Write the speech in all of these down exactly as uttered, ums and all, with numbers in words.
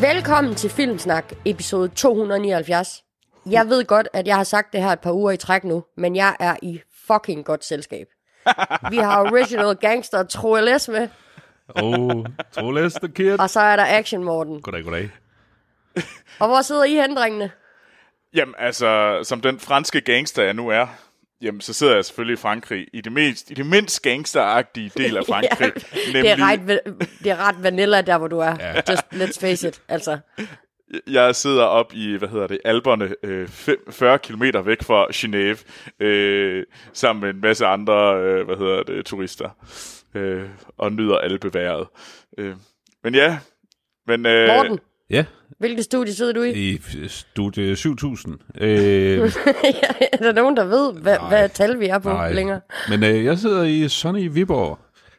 Velkommen til Filmsnak, episode to hundrede nioghalvfjerds. Jeg ved godt, at jeg har sagt det her et par uger i træk nu, men jeg er i fucking godt selskab. Vi har original gangster Troel S med. Oh, Troel S, the kid. Og så er der Action Morten. Goddag, goddag. Og hvor sidder I henne, drengene? Jamen, altså, som den franske gangster, jeg nu er, jamen, så sidder jeg selvfølgelig i Frankrig, i det, mest, i det mindst gangsteragtige del af Frankrig. Ja, nemlig... det, er ret, det er ret vanilla, der hvor du er. Ja. Just let's face it, altså. Jeg sidder op i, hvad hedder det, Alperne, øh, fyrre kilometer væk fra Genève, øh, sammen med en masse andre, øh, hvad hedder det, turister, øh, og nyder alpeværet. Øh, men ja, men... Øh, Morten? Ja? Hvilket studie sidder du i? I studie syv tusind. Øh... Er der nogen, der ved, hvad, hvad tal vi er på nej. længere? Men øh, jeg sidder i Sunny Viborg.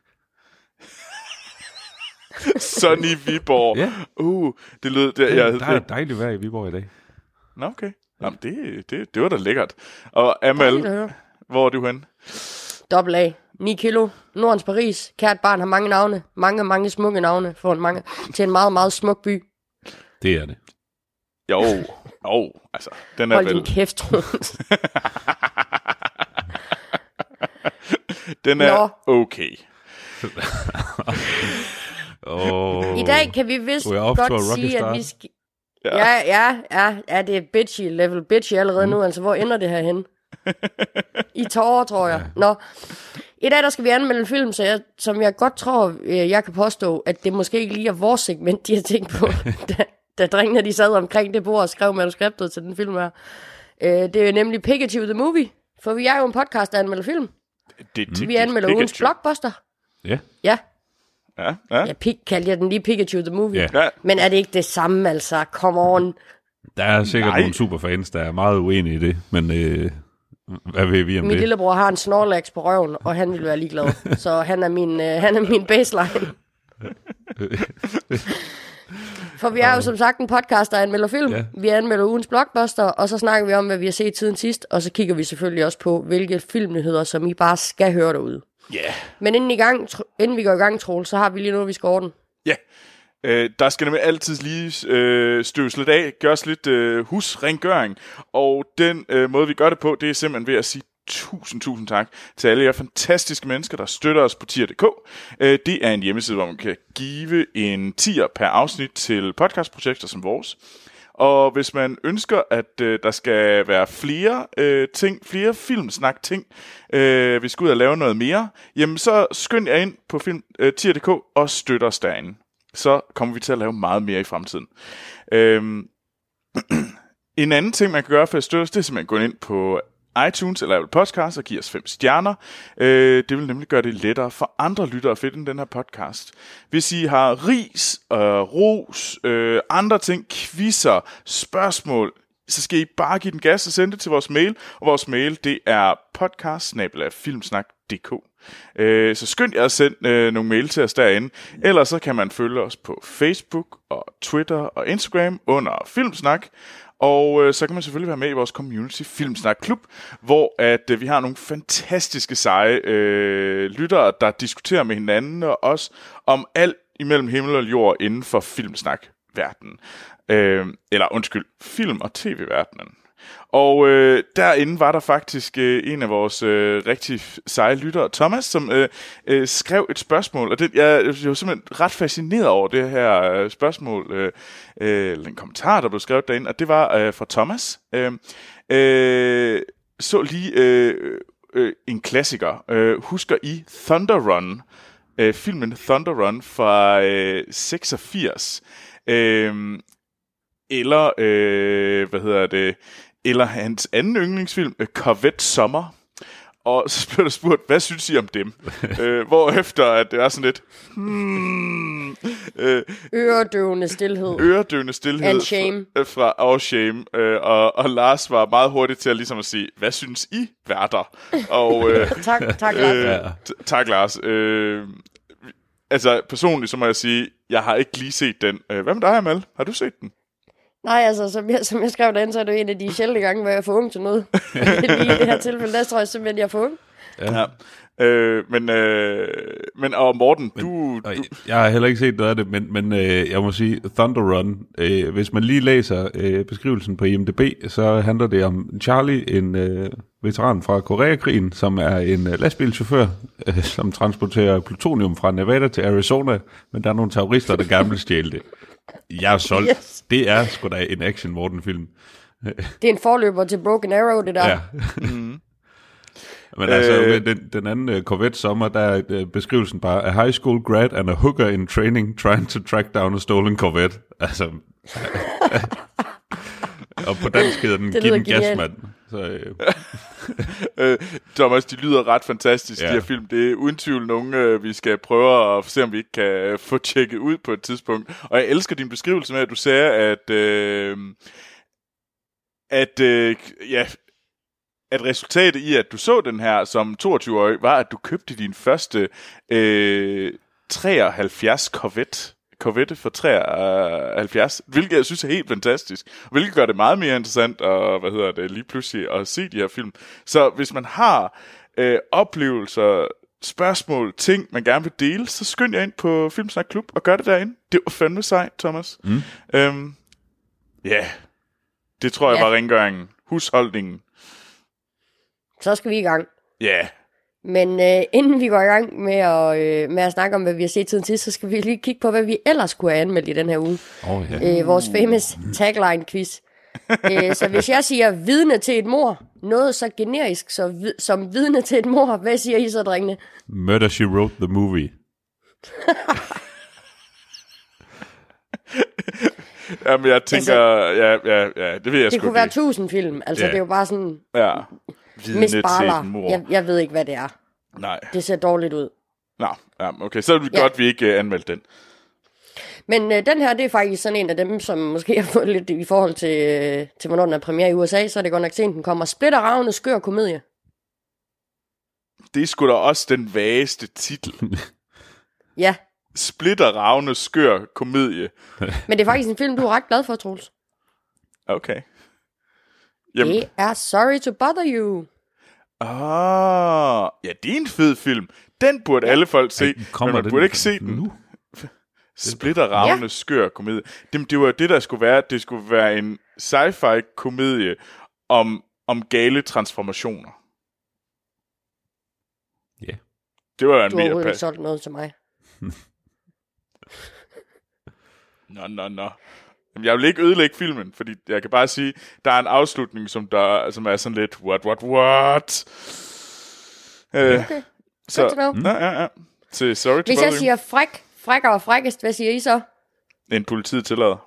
Sunny Viborg. Ja. Uh, det lød... Det, det, jeg, der er dejligt vejr i Viborg i dag. Nå, okay. Jamen, det, det, det var da lækkert. Og Amal, hvor er du henne? Dobbelt A. ni kilo. Nordens Paris. Kært barn har mange navne. Mange, mange smukke navne. For en mange, til en meget, meget smuk by. Det er det. Jo, jo, altså, den er Hold vel... din kæft, Troels. Den er Nå. Okay. oh. I dag kan vi vist godt sige, at vi skal... Ja, ja, ja, ja, ja, det er bitchy level bitchy allerede mm. nu, altså hvor ender det her henne? I tårer, tror jeg. Ja. Nå, i dag der skal vi anmelde en film, så jeg, som jeg godt tror, jeg kan påstå, at det måske ikke lige er vores segment, de har tænkt på, da, da drengene de sad omkring det bord og skrev manuskriptet til den film her. Det er nemlig Pikachu the Movie, for vi er jo en podcast, der anmelder film. Det, det, vi anmelder Pikachu. ugens blockbuster. Ja. Ja. Ja, ja. Jeg pik, kaldte jeg den lige Pikachu the Movie. Ja. Men er det ikke det samme, altså? Come on. Der er sikkert Nej. nogle superfans, der er meget uenige i det, men øh, hvad ved vi om min det? Min lillebror har en Snorlax på røven, og han vil være ligeglad. Så han er min, øh, han er min baseline. For vi er jo som sagt en podcast, der anmelder film. Ja. Vi anmelder ugens blockbuster, og så snakker vi om, hvad vi har set siden sidst. Og så kigger vi selvfølgelig også på, hvilke filmnyheder, som I bare skal høre derude. Ja. Yeah. Men inden, i gang, inden vi går i gang, Troel, så har vi lige noget, vi skal ordne. Ja. Øh, der skal nemlig altid lige øh, støves lidt af, gøres lidt øh, husrengøring. Og den øh, måde, vi gør det på, det er simpelthen ved at sige tusind, tusind tak til alle jer fantastiske mennesker, der støtter os på tier punktum d k. Øh, det er en hjemmeside, hvor man kan give en tier per afsnit til podcastprojekter som vores. Og hvis man ønsker, at øh, der skal være flere øh, ting, flere filmsnak ting, øh, vi skal ud og lave noget mere, jamen så skynd jer ind på film, øh, tier punktum d k og støtter os derinde. Så kommer vi til at lave meget mere i fremtiden. Øhm, en anden ting, man kan gøre for at støtte os, det er simpelthen at gå ind på iTunes eller Apple Podcast og give os fem stjerner. Øh, det vil nemlig gøre det lettere for andre lyttere at finde den her podcast. Hvis I har ris, øh, ros, øh, andre ting, quizzer, spørgsmål, så skal I bare give den gas og sende det til vores mail. Og vores mail, det er podcast snabel-a filmsnak punktum d k. Øh, så skynd jer at sende øh, nogle mail til os derinde. Ellers så kan man følge os på Facebook og Twitter og Instagram under Filmsnak. Og øh, så kan man selvfølgelig være med i vores community Filmsnak Klub, hvor at øh, vi har nogle fantastiske seje øh, lyttere, der diskuterer med hinanden og os om alt imellem himmel og jord inden for Filmsnak-verdenen. Øh, eller undskyld, film- og tv-verdenen. Og øh, derinde var der faktisk øh, en af vores øh, rigtig seje lyttere, Thomas, som øh, øh, skrev et spørgsmål. Og det, jeg, jeg var simpelthen ret fascineret over det her øh, spørgsmål, øh, øh, en kommentar, der blev skrevet derinde, og det var øh, fra Thomas. Øh, øh, så lige øh, øh, en klassiker. Øh, husker I Thunder Run? Øh, filmen Thunder Run fra øh, seksogfirs. Øh, eller, øh, hvad hedder det... Eller hans anden yndlingsfilm, Corvette Sommer. Og så blev der spurgt, hvad synes I om dem? øh, hvorefter at det er sådan lidt... Hmm, øh, øredøvende stilhed. Øredøvende stilhed. And shame. Fra, fra og shame. Øh, og, og Lars var meget hurtig til at, ligesom at sige, hvad synes I, værter? Og, øh, tak, tak, Lars. Øh, t- tak, Lars. Øh, altså, personligt så må jeg sige, jeg har ikke lige set den. Øh, hvad med dig, Amal? Har du set den? Nej, altså, som jeg, som jeg skrev derinde, så er det jo en af de sjældne gange, hvor jeg er for ung til noget. Lige i det her tilfælde, der tror jeg simpelthen, jeg er for ung. Ja. ja. Øh, men, øh, men, og Morten, men, du, du... Jeg har heller ikke set noget af det, men, men øh, jeg må sige, Thunder Run, øh, hvis man lige læser øh, beskrivelsen på I M D B, så handler det om Charlie, en øh, veteran fra Koreakrigen, som er en øh, lastbilchauffør, øh, som transporterer plutonium fra Nevada til Arizona, men der er nogle terrorister, der gerne vil stjæle det. Jeg er solgt. Yes. Det er sgu da en action Morten-film. Det er en forløber til Broken Arrow, det der. Ja. mm. Men altså, øh, den, den anden uh, Corvette sommer, der er uh, beskrivelsen bare, a high school grad and a hooker in training trying to track down a stolen Corvette. Altså, og på dansk hedder den Gimme Gasmand. Så, øh. øh, Thomas, de lyder ret fantastisk, ja. De her film. Det er uden tvivl nogle, øh, vi skal prøve at se, om vi ikke kan få tjekket ud på et tidspunkt. Og jeg elsker din beskrivelse med, at du sagde, at, øh, at øh, ja, at resultatet i, at du så den her som toogtyve-årig, var, at du købte din første øh, treoghalvfjerds Corvette. Corvette for treoghalvfjerds, hvilket jeg synes er helt fantastisk, hvilket gør det meget mere interessant og hvad hedder det, lige pludselig at se de her film. Så hvis man har øh, oplevelser, spørgsmål, ting, man gerne vil dele, så skynd jer ind på Filmsnak Klub og gør det derinde. Det var fandme sejt, Thomas. Mm. Øhm, yeah. Det tror jeg ja. var rengøringen. Husholdningen. Så skal vi i gang. Ja. Yeah. Men øh, inden vi går i gang med at, øh, med at snakke om, hvad vi har set tiden sidst, så skal vi lige kigge på, hvad vi ellers kunne have anmeldt i den her uge. Oh, yeah. øh, vores famous tagline-quiz. øh, så hvis jeg siger vidne til et mord, noget så generisk så vid- som vidne til et mord, hvad siger I så, drengene? Murder, She Wrote the Movie. Jamen, jeg tænker, altså, ja, ja, ja, det vil jeg det sgu kunne være tusind film, altså yeah. det er jo bare sådan... Ja. Vidne til et mord. Jeg, jeg ved ikke, hvad det er. Nej. Det ser dårligt ud. Nå, ja, okay, så er det ja. godt, vi ikke uh, anmeldte den. Men øh, den her, det er faktisk sådan en af dem, som måske har fået lidt i forhold til, øh, til hvornår den er premiere i U S A, så er det godt nok sent, den kommer. Splitterravne skør komedie. Det er sgu da også den vageste titel. Ja. Splitterravne skør komedie. Men det er faktisk en film, du er ret glad for, Troels. Okay. Jamen. Det er Sorry to Bother You. Ah, ja, det er en fed film. Den burde ja. alle folk se, Ej, men man burde ikke se den nu. Splitterravne ja. skør komedie. Det, det var det, der skulle være. Det skulle være en sci-fi komedie om, om gale transformationer. Ja. Yeah. Det var en du mere... Du har overhovedet ikke solgt noget til mig. Nå, nå, nå. Jeg vil ikke ødelægge filmen, fordi jeg kan bare sige, der er en afslutning, som, der, som er sådan lidt, what, what, what? Okay, uh, så, mm. ja, ja, ja. Så, sorry Hvis jeg siger fræk, frækker og frækkest, hvad siger I så? En politiet tillader.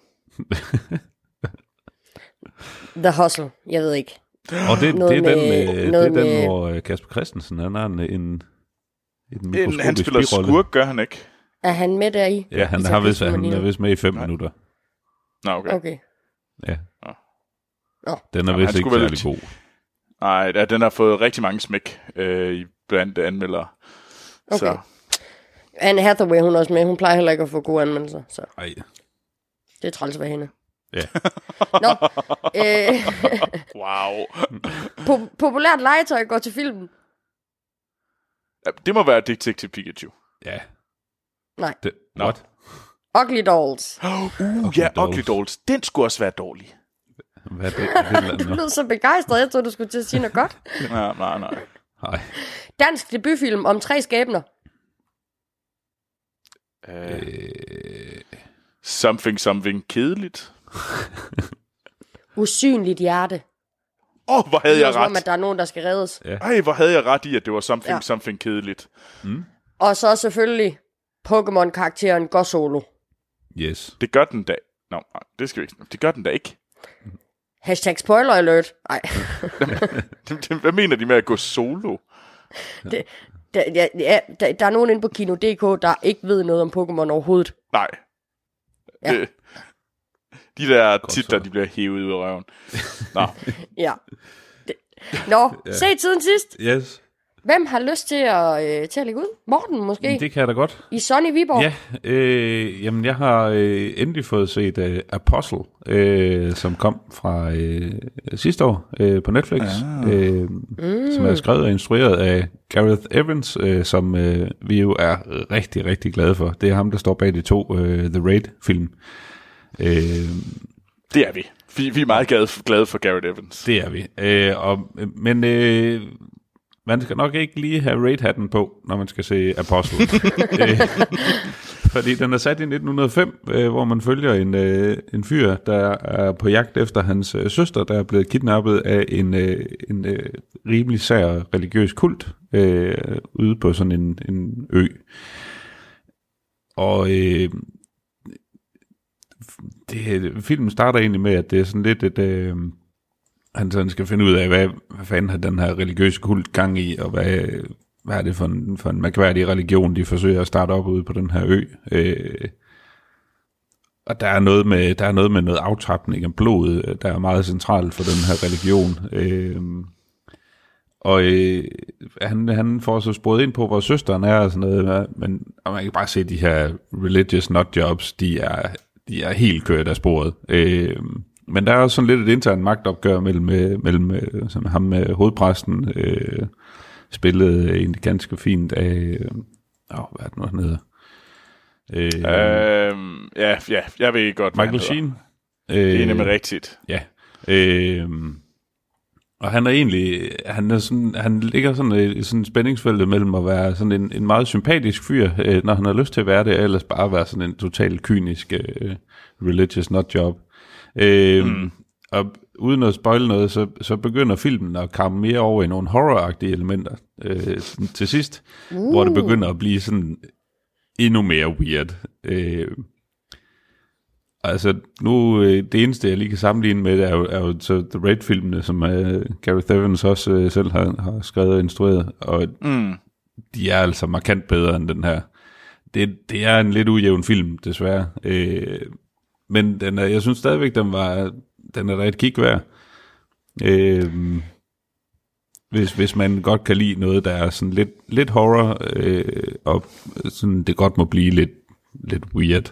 The Hustle, jeg ved ikke. Og det, det er med, den, øh, det er med... den, hvor Kasper Christensen, han har en, en, en mikroskopisk Han spiller birolle. skurk, gør han ikke? Er han med deri? Ja, han, har vist, han er vist med i fem Nej. minutter. Nå, okay. okay. Ja. Nå. Den er vist ikke særlig god. Nej, ja, den har fået rigtig mange smæk øh, blandt anmeldere. Okay. Så. Anne Hathaway, hun er også med. Hun plejer heller ikke at få gode anmeldelser. Så. Ej. Det er træls at være hende. Ja. Nå. Øh, wow. po- populært legetøj går til filmen. Ja, det må være Detective Pikachu. Ja. Nej. Det, what? Ugly Dolls. Uh, uh ja, Ugly Dolls. Den skulle også være dårlig. Hvad er det? Du blev så begejstret. Jeg troede, du skulle til at sige noget godt. Ja, nej, nej. Nej. Dansk debutfilm om tre skæbner. Øh, something, something kedeligt. Usynligt hjerte. Åh, oh, hvor havde jeg ret. Som, at der er nogen, der skal reddes. Ja. Ej, hvor havde jeg ret i, at det var something, ja. something kedeligt. Mm. Og så selvfølgelig Pokémon-karakteren Gossolo. Yes. Det gør den da. Nå, nej, det skal vi ikke. Det gør den da ikke. Hashtag spoiler alert. Ej. Hvad mener de med at gå solo? Det, der, ja, ja, der, der er nogen inde på Kino punktum d k, der ikke ved noget om Pokémon overhovedet. Nej. Ja. Det, de der titler, de bliver hævet ud af røven. Nå. Ja. Det, Nå, ja. Se tiden sidst. Yes. Hvem har lyst til at, øh, til at lægge ud? Morten måske? Det kan jeg da godt. I Sonny Viborg? Ja, øh, jamen jeg har øh, endelig fået set øh, Apostle, øh, som kom fra øh, sidste år øh, på Netflix, ah. øh, mm. som er skrevet og instrueret af Gareth Evans, øh, som øh, vi jo er rigtig, rigtig glade for. Det er ham, der står bag de to øh, The Raid-film. Øh, det er vi. vi. Vi er meget glade for, glade for Gareth Evans. Det er vi. Øh, og, men... Øh, Man skal nok ikke lige have Raid-hatten på, når man skal se Apostle. Fordi den er sat i nitten hundrede og fem, øh, hvor man følger en, øh, en fyr, der er på jagt efter hans øh, søster, der er blevet kidnappet af en, øh, en øh, rimelig sær religiøs kult øh, ude på sådan en, en ø. Og øh, det, filmen starter egentlig med, at det er sådan lidt et... Øh, Han sådan skal finde ud af, hvad, hvad fanden har den her religiøse kult gang i, og hvad, hvad er det for en, for en mærkværdig religion, de forsøger at starte op ude på den her ø. Øh, og der er, noget med, der er noget med noget aftapning af blod, der er meget centralt for den her religion. Øh, og øh, han, han får så sporet ind på, hvor søsteren er og sådan noget, men og man kan bare se, de her religious nutjobs, de er, de er helt kørt af sporet. Øh, Men der er også sådan lidt et internt magtopgør mellem, mellem sådan ham med hovedpræsten, øh, spillet egentlig ganske fint af, øh, hvad er det nu, han hedder? Øh, øhm, ja, ja, jeg ved godt, Michael Sheen. Øh, det er nemlig rigtigt. Ja. Øh, og han er egentlig, han, er sådan, han ligger sådan i sådan spændingsfeltet mellem at være sådan en, en meget sympatisk fyr, øh, når han har lyst til at være det, ellers bare være sådan en totalt kynisk øh, religious nutjob. Øh, mm. Og uden at spoile noget, så, så begynder filmen at komme mere over i nogle horror-agtige elementer øh, til sidst, uh. hvor det begynder at blive sådan endnu mere weird. Øh, altså nu, øh, det eneste jeg lige kan sammenligne med, er jo, er jo så The Raid-filmene, som øh, Gareth Evans også øh, selv har, har skrevet og instrueret, og mm. de er altså markant bedre end den her. Det, det er en lidt ujævn film, desværre. Øh, Men den er, jeg synes stadigvæk, den var, den er da et kig værd. Øh, hvis, hvis man godt kan lide noget, der er sådan lidt, lidt horror, øh, og sådan, det godt må blive lidt, lidt weird.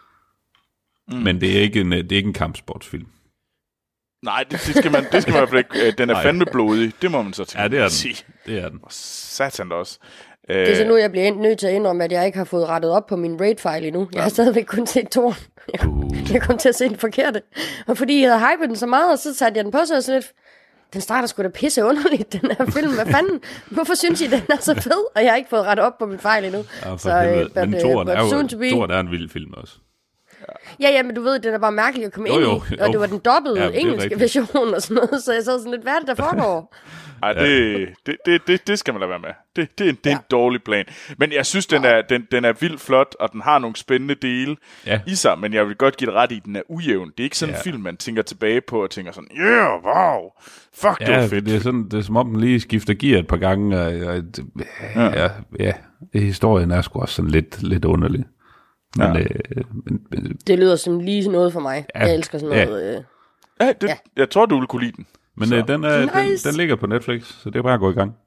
Mm. Men det er ikke en, det er ikke en kampsportsfilm. Nej, det, det skal man, det skal man i hvert fald ikke. Den er Nej. fandme blodig, det må man så tænke. Ja, det er den. Det er den. Satan også. Det er så nu, jeg bliver nødt til at indrømme, at jeg ikke har fået rettet op på min raid-file endnu. Jeg har stadigvæk kun set toren. Jeg, uh. jeg kom til at se den forkerte. Og fordi jeg havde hypet den så meget, og så satte jeg den på sig og sådan lidt, den starter sgu da pisse underligt, den her film. Hvad fanden? Hvorfor synes I, den er så fed? Og jeg har ikke fået rettet op på min fejl endnu. Ja, så, uh, men toren uh, er jo toren er en vild film også. Ja, ja, men du ved, den er bare mærkelig at komme jo, ind jo, i, og jo. Det var den dobbelte ja, engelske version og sådan noget, så jeg sad sådan lidt, hvad er det, der foregår? Ej, det, det, det, det, det skal man lade være med. Det, det, det er ja. en dårlig plan. Men jeg synes, den er, den, den er vildt flot, og den har nogle spændende dele ja. i sig, men jeg vil godt give det ret i, at den er ujævn. Det er ikke sådan ja. en film, man tænker tilbage på og tænker sådan, yeah, wow, fuck, ja, det var fedt. Det er, sådan, det er som om, den lige skifter gear et par gange, og, og ja, ja, ja, historien er sgu også sådan lidt, lidt underlig. Men, ja. øh, men, men, det lyder som lige noget for mig. Ja, jeg elsker sådan noget. Ja. Øh. Ja, det, ja. Jeg tror, du ville kunne lide den. Men øh, den, er, nice. den, den ligger på Netflix, så det er bare at gå i gang.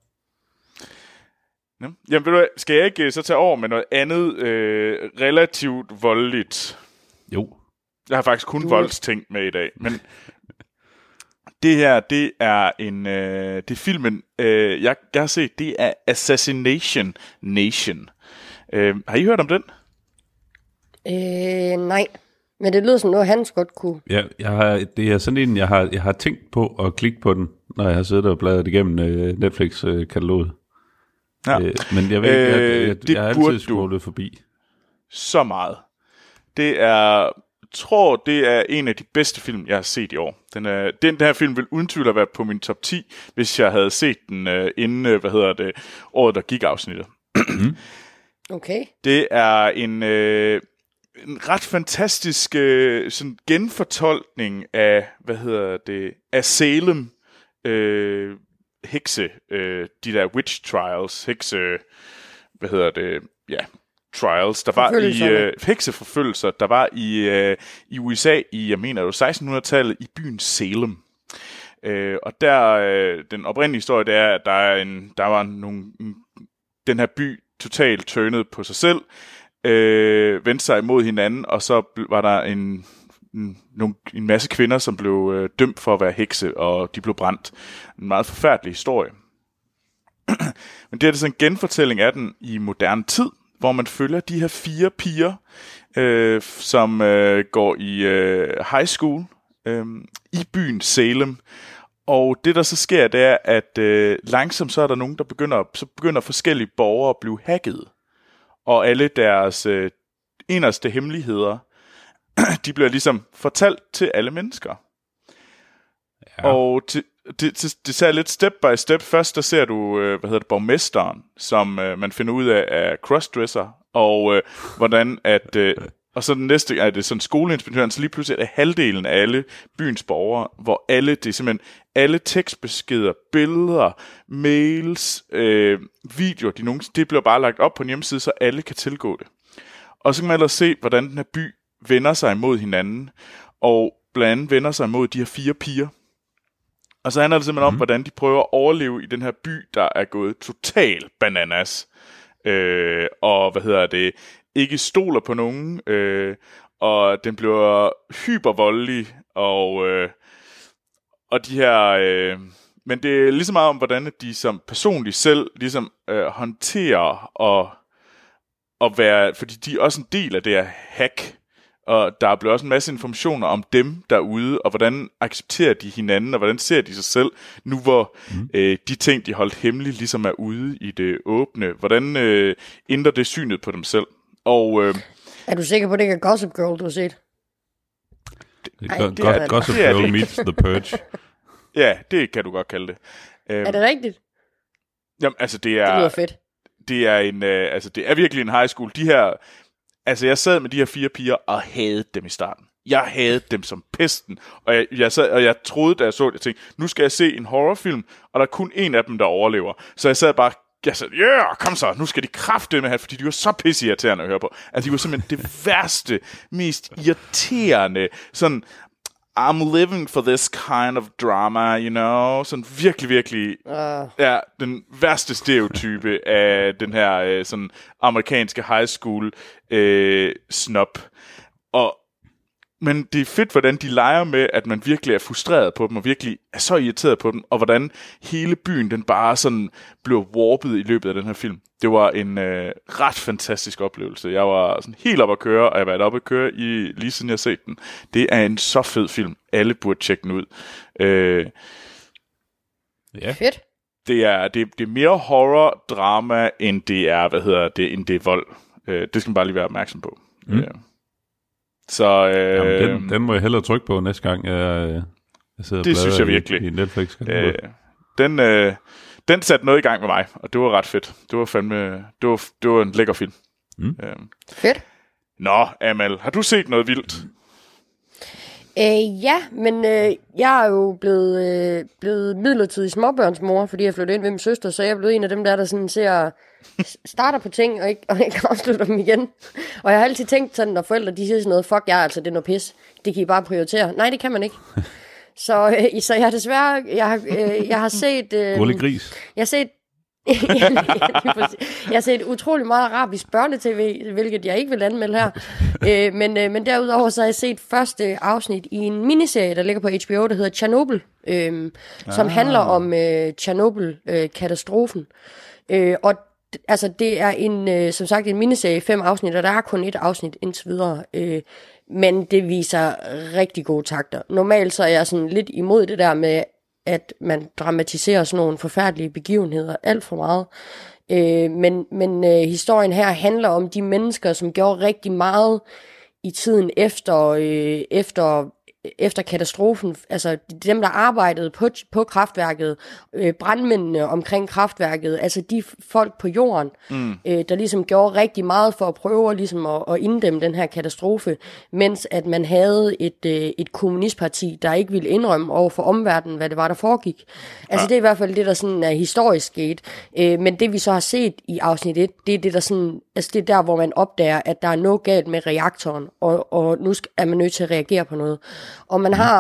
Ja. Jamen, ved du hvad, skal jeg ikke så tage over med noget andet øh, relativt voldeligt? Jo. Jeg har faktisk kun voldsting med i dag, men det her, det er en, øh, det er filmen, øh, jeg, jeg har set, det er Assassination Nation. Øh, har I hørt om den? Øh, nej. Men det lyder som noget, Hans godt kunne. Ja, jeg har, det er sådan en, jeg har, jeg har tænkt på at klikke på den, når jeg har siddet og bladret igennem øh, Netflix-kataloget. Ja. Øh, men jeg ved ikke, jeg, jeg, jeg, jeg har altid scrollet forbi. Så meget. Det er, tror, det er en af de bedste film, jeg har set i år. Den, er, den der film vil uden tvivl have været på min top ti, hvis jeg havde set den øh, inden, øh, hvad hedder det, året, der gik afsnittet. Okay. Det er en... Øh, en ret fantastisk øh, sådan genfortolkning af, hvad hedder det, af Salem øh, hekse, øh, de der witch trials, hekse, hvad hedder det, ja, trials, der var i øh, hekseforfølgelser, der var i, øh, i U S A i, jeg mener det var sekstenhundredetallet, i byen Salem. Øh, og der, øh, den oprindelige historie, det er, at der, er en, der var nogle, den her by totalt turnet på sig selv, øh, vendte sig imod hinanden, og så var der en, en, en masse kvinder, som blev øh, dømt for at være hekse, og de blev brændt. En meget forfærdelig historie. Men det er det sådan en genfortælling af den i moderne tid, hvor man følger de her fire piger, øh, som øh, går i øh, high school øh, i byen Salem. Og det, der så sker, det er, at øh, langsomt så er der nogen, der begynder, så begynder forskellige borgere at blive hacket. Og alle deres øh, inderste hemmeligheder, de bliver ligesom fortalt til alle mennesker. Ja. Og til, det, det, det ser lidt step by step. Først der ser du, øh, hvad hedder det, borgmesteren, som øh, man finder ud af er crossdresser, og øh, hvordan at... Øh, og så den næste er det sådan skoleinspektøren, så lige pludselig er det halvdelen af alle byens borgere, hvor alle, det er simpelthen alle tekstbeskeder, billeder, mails, øh, videoer, de nogen, det bliver bare lagt op på en hjemmeside, så alle kan tilgå det. Og så kan man ellers se, hvordan den her by vender sig imod hinanden, og blandt andet vender sig imod de her fire piger. Og så handler det simpelthen mm. om, hvordan de prøver at overleve i den her by, der er gået total bananas. Øh, og hvad hedder det... ikke stoler på nogen, øh, og den bliver hypervoldelig, og, øh, og de her... Øh, men det er lige så meget om, hvordan de som personligt selv ligesom øh, håndterer og, og være... Fordi de er også en del af det her hack, og der bliver også en masse informationer om dem derude, og hvordan accepterer de hinanden, og hvordan ser de sig selv, nu hvor mm. øh, de ting, de holdt hemmeligt, ligesom er ude i det åbne. Hvordan øh, ændrer det synet på dem selv? Og, øh, er du sikker på, at det ikke er Gossip Girl, du har set? Det er, Ej, det er, Gossip det er Girl det. Meets The Purge. Ja, det kan du godt kalde det. Er det rigtigt? Jamen, altså det er... Det lyder fedt. Det er, en, øh, altså, det er virkelig en high school. De her... Altså, jeg sad med de her fire piger og hadede dem i starten. Jeg hadede dem som pesten. Og jeg, jeg, sad, og jeg troede, da jeg så det, jeg tænkte, nu skal jeg se en horrorfilm, og der er kun en af dem, der overlever. Så jeg sad bare... Jeg sagde, ja, yeah, kom så, nu skal de kraftedeme have, fordi de var så pisseirriterende at høre på. Altså, de var simpelthen det værste, mest irriterende, sådan, I'm living for this kind of drama, you know, sådan virkelig, virkelig, uh. ja, den værste stereotype af den her, øh, sådan, amerikanske high school øh, snob. Og men det er fedt, hvordan de leger med, at man virkelig er frustreret på dem, og virkelig er så irriteret på dem, og hvordan hele byen, den bare sådan blev warpet i løbet af den her film. Det var en øh, ret fantastisk oplevelse. Jeg var sådan helt op at køre, og jeg har været oppe at køre i, lige siden jeg har set den. Det er en så fed film. Alle burde tjekke den ud. Øh, ja. Fedt. Det er, det, det er mere horror, drama, end det er, hvad hedder det, end det er vold. Øh, det skal man bare lige være opmærksom på. Mm. Øh. Så, øh, Jamen, den, den må jeg hellere trykke på næste gang, jeg, jeg sidder det synes jeg virkelig. I, i Netflix. Øh, den, øh, den satte noget i gang med mig, og det var ret fedt. Det var fandme, det var, det var en lækker film. Mm. Øh. Fedt. Nå, Amal, har du set noget vildt? Øh, ja, men øh, jeg er jo blevet, øh, blevet midlertidig småbørnsmor, fordi jeg flyttede ind ved min søster, så jeg er blevet en af dem der, der sådan ser, starter på ting og ikke, og ikke afslutter dem igen. Og jeg har altid tænkt sådan, når forældre de siger sådan noget, fuck jer, altså det er noget pis, det kan I bare prioritere. Nej, det kan man ikke. Så, øh, så jeg har desværre, jeg har, øh, jeg har set... Øh, Gullig gris. Jeg har set... Jeg har set utrolig meget arabisk børnetv, hvilket jeg ikke vil anmelde her. øh, men, øh, men derudover så har jeg set første afsnit i en miniserie, der ligger på H B O, der hedder Chernobyl, øh, ah. som handler om øh, Chernobyl-katastrofen. Øh, øh, og altså det er en, øh, som sagt en miniserie, fem afsnit, og der er kun et afsnit indtil videre. Øh, men det viser rigtig gode takter. Normalt så er jeg sådan lidt imod det der med, at man dramatiserer sådan nogle forfærdelige begivenheder alt for meget. Øh, men men øh, historien her handler om de mennesker, som gjorde rigtig meget i tiden efter, øh, efter, efter katastrofen. Altså dem, der arbejdede på, på kraftværket, øh, brandmændene omkring kraftværket, altså de folk på jorden, mm. øh, der ligesom gjorde rigtig meget for at prøve ligesom at, at inddæmme den her katastrofe, mens at man havde et, øh, et kommunistparti, der ikke ville indrømme over for omverdenen, hvad det var, der foregik. Altså ja. Det er i hvert fald det, der sådan er historisk sket. Øh, men det vi så har set i afsnit et, det er det, der sådan, altså det er der, hvor man opdager, at der er noget galt med reaktoren, og, og nu er man nødt til at reagere på noget. Og man har,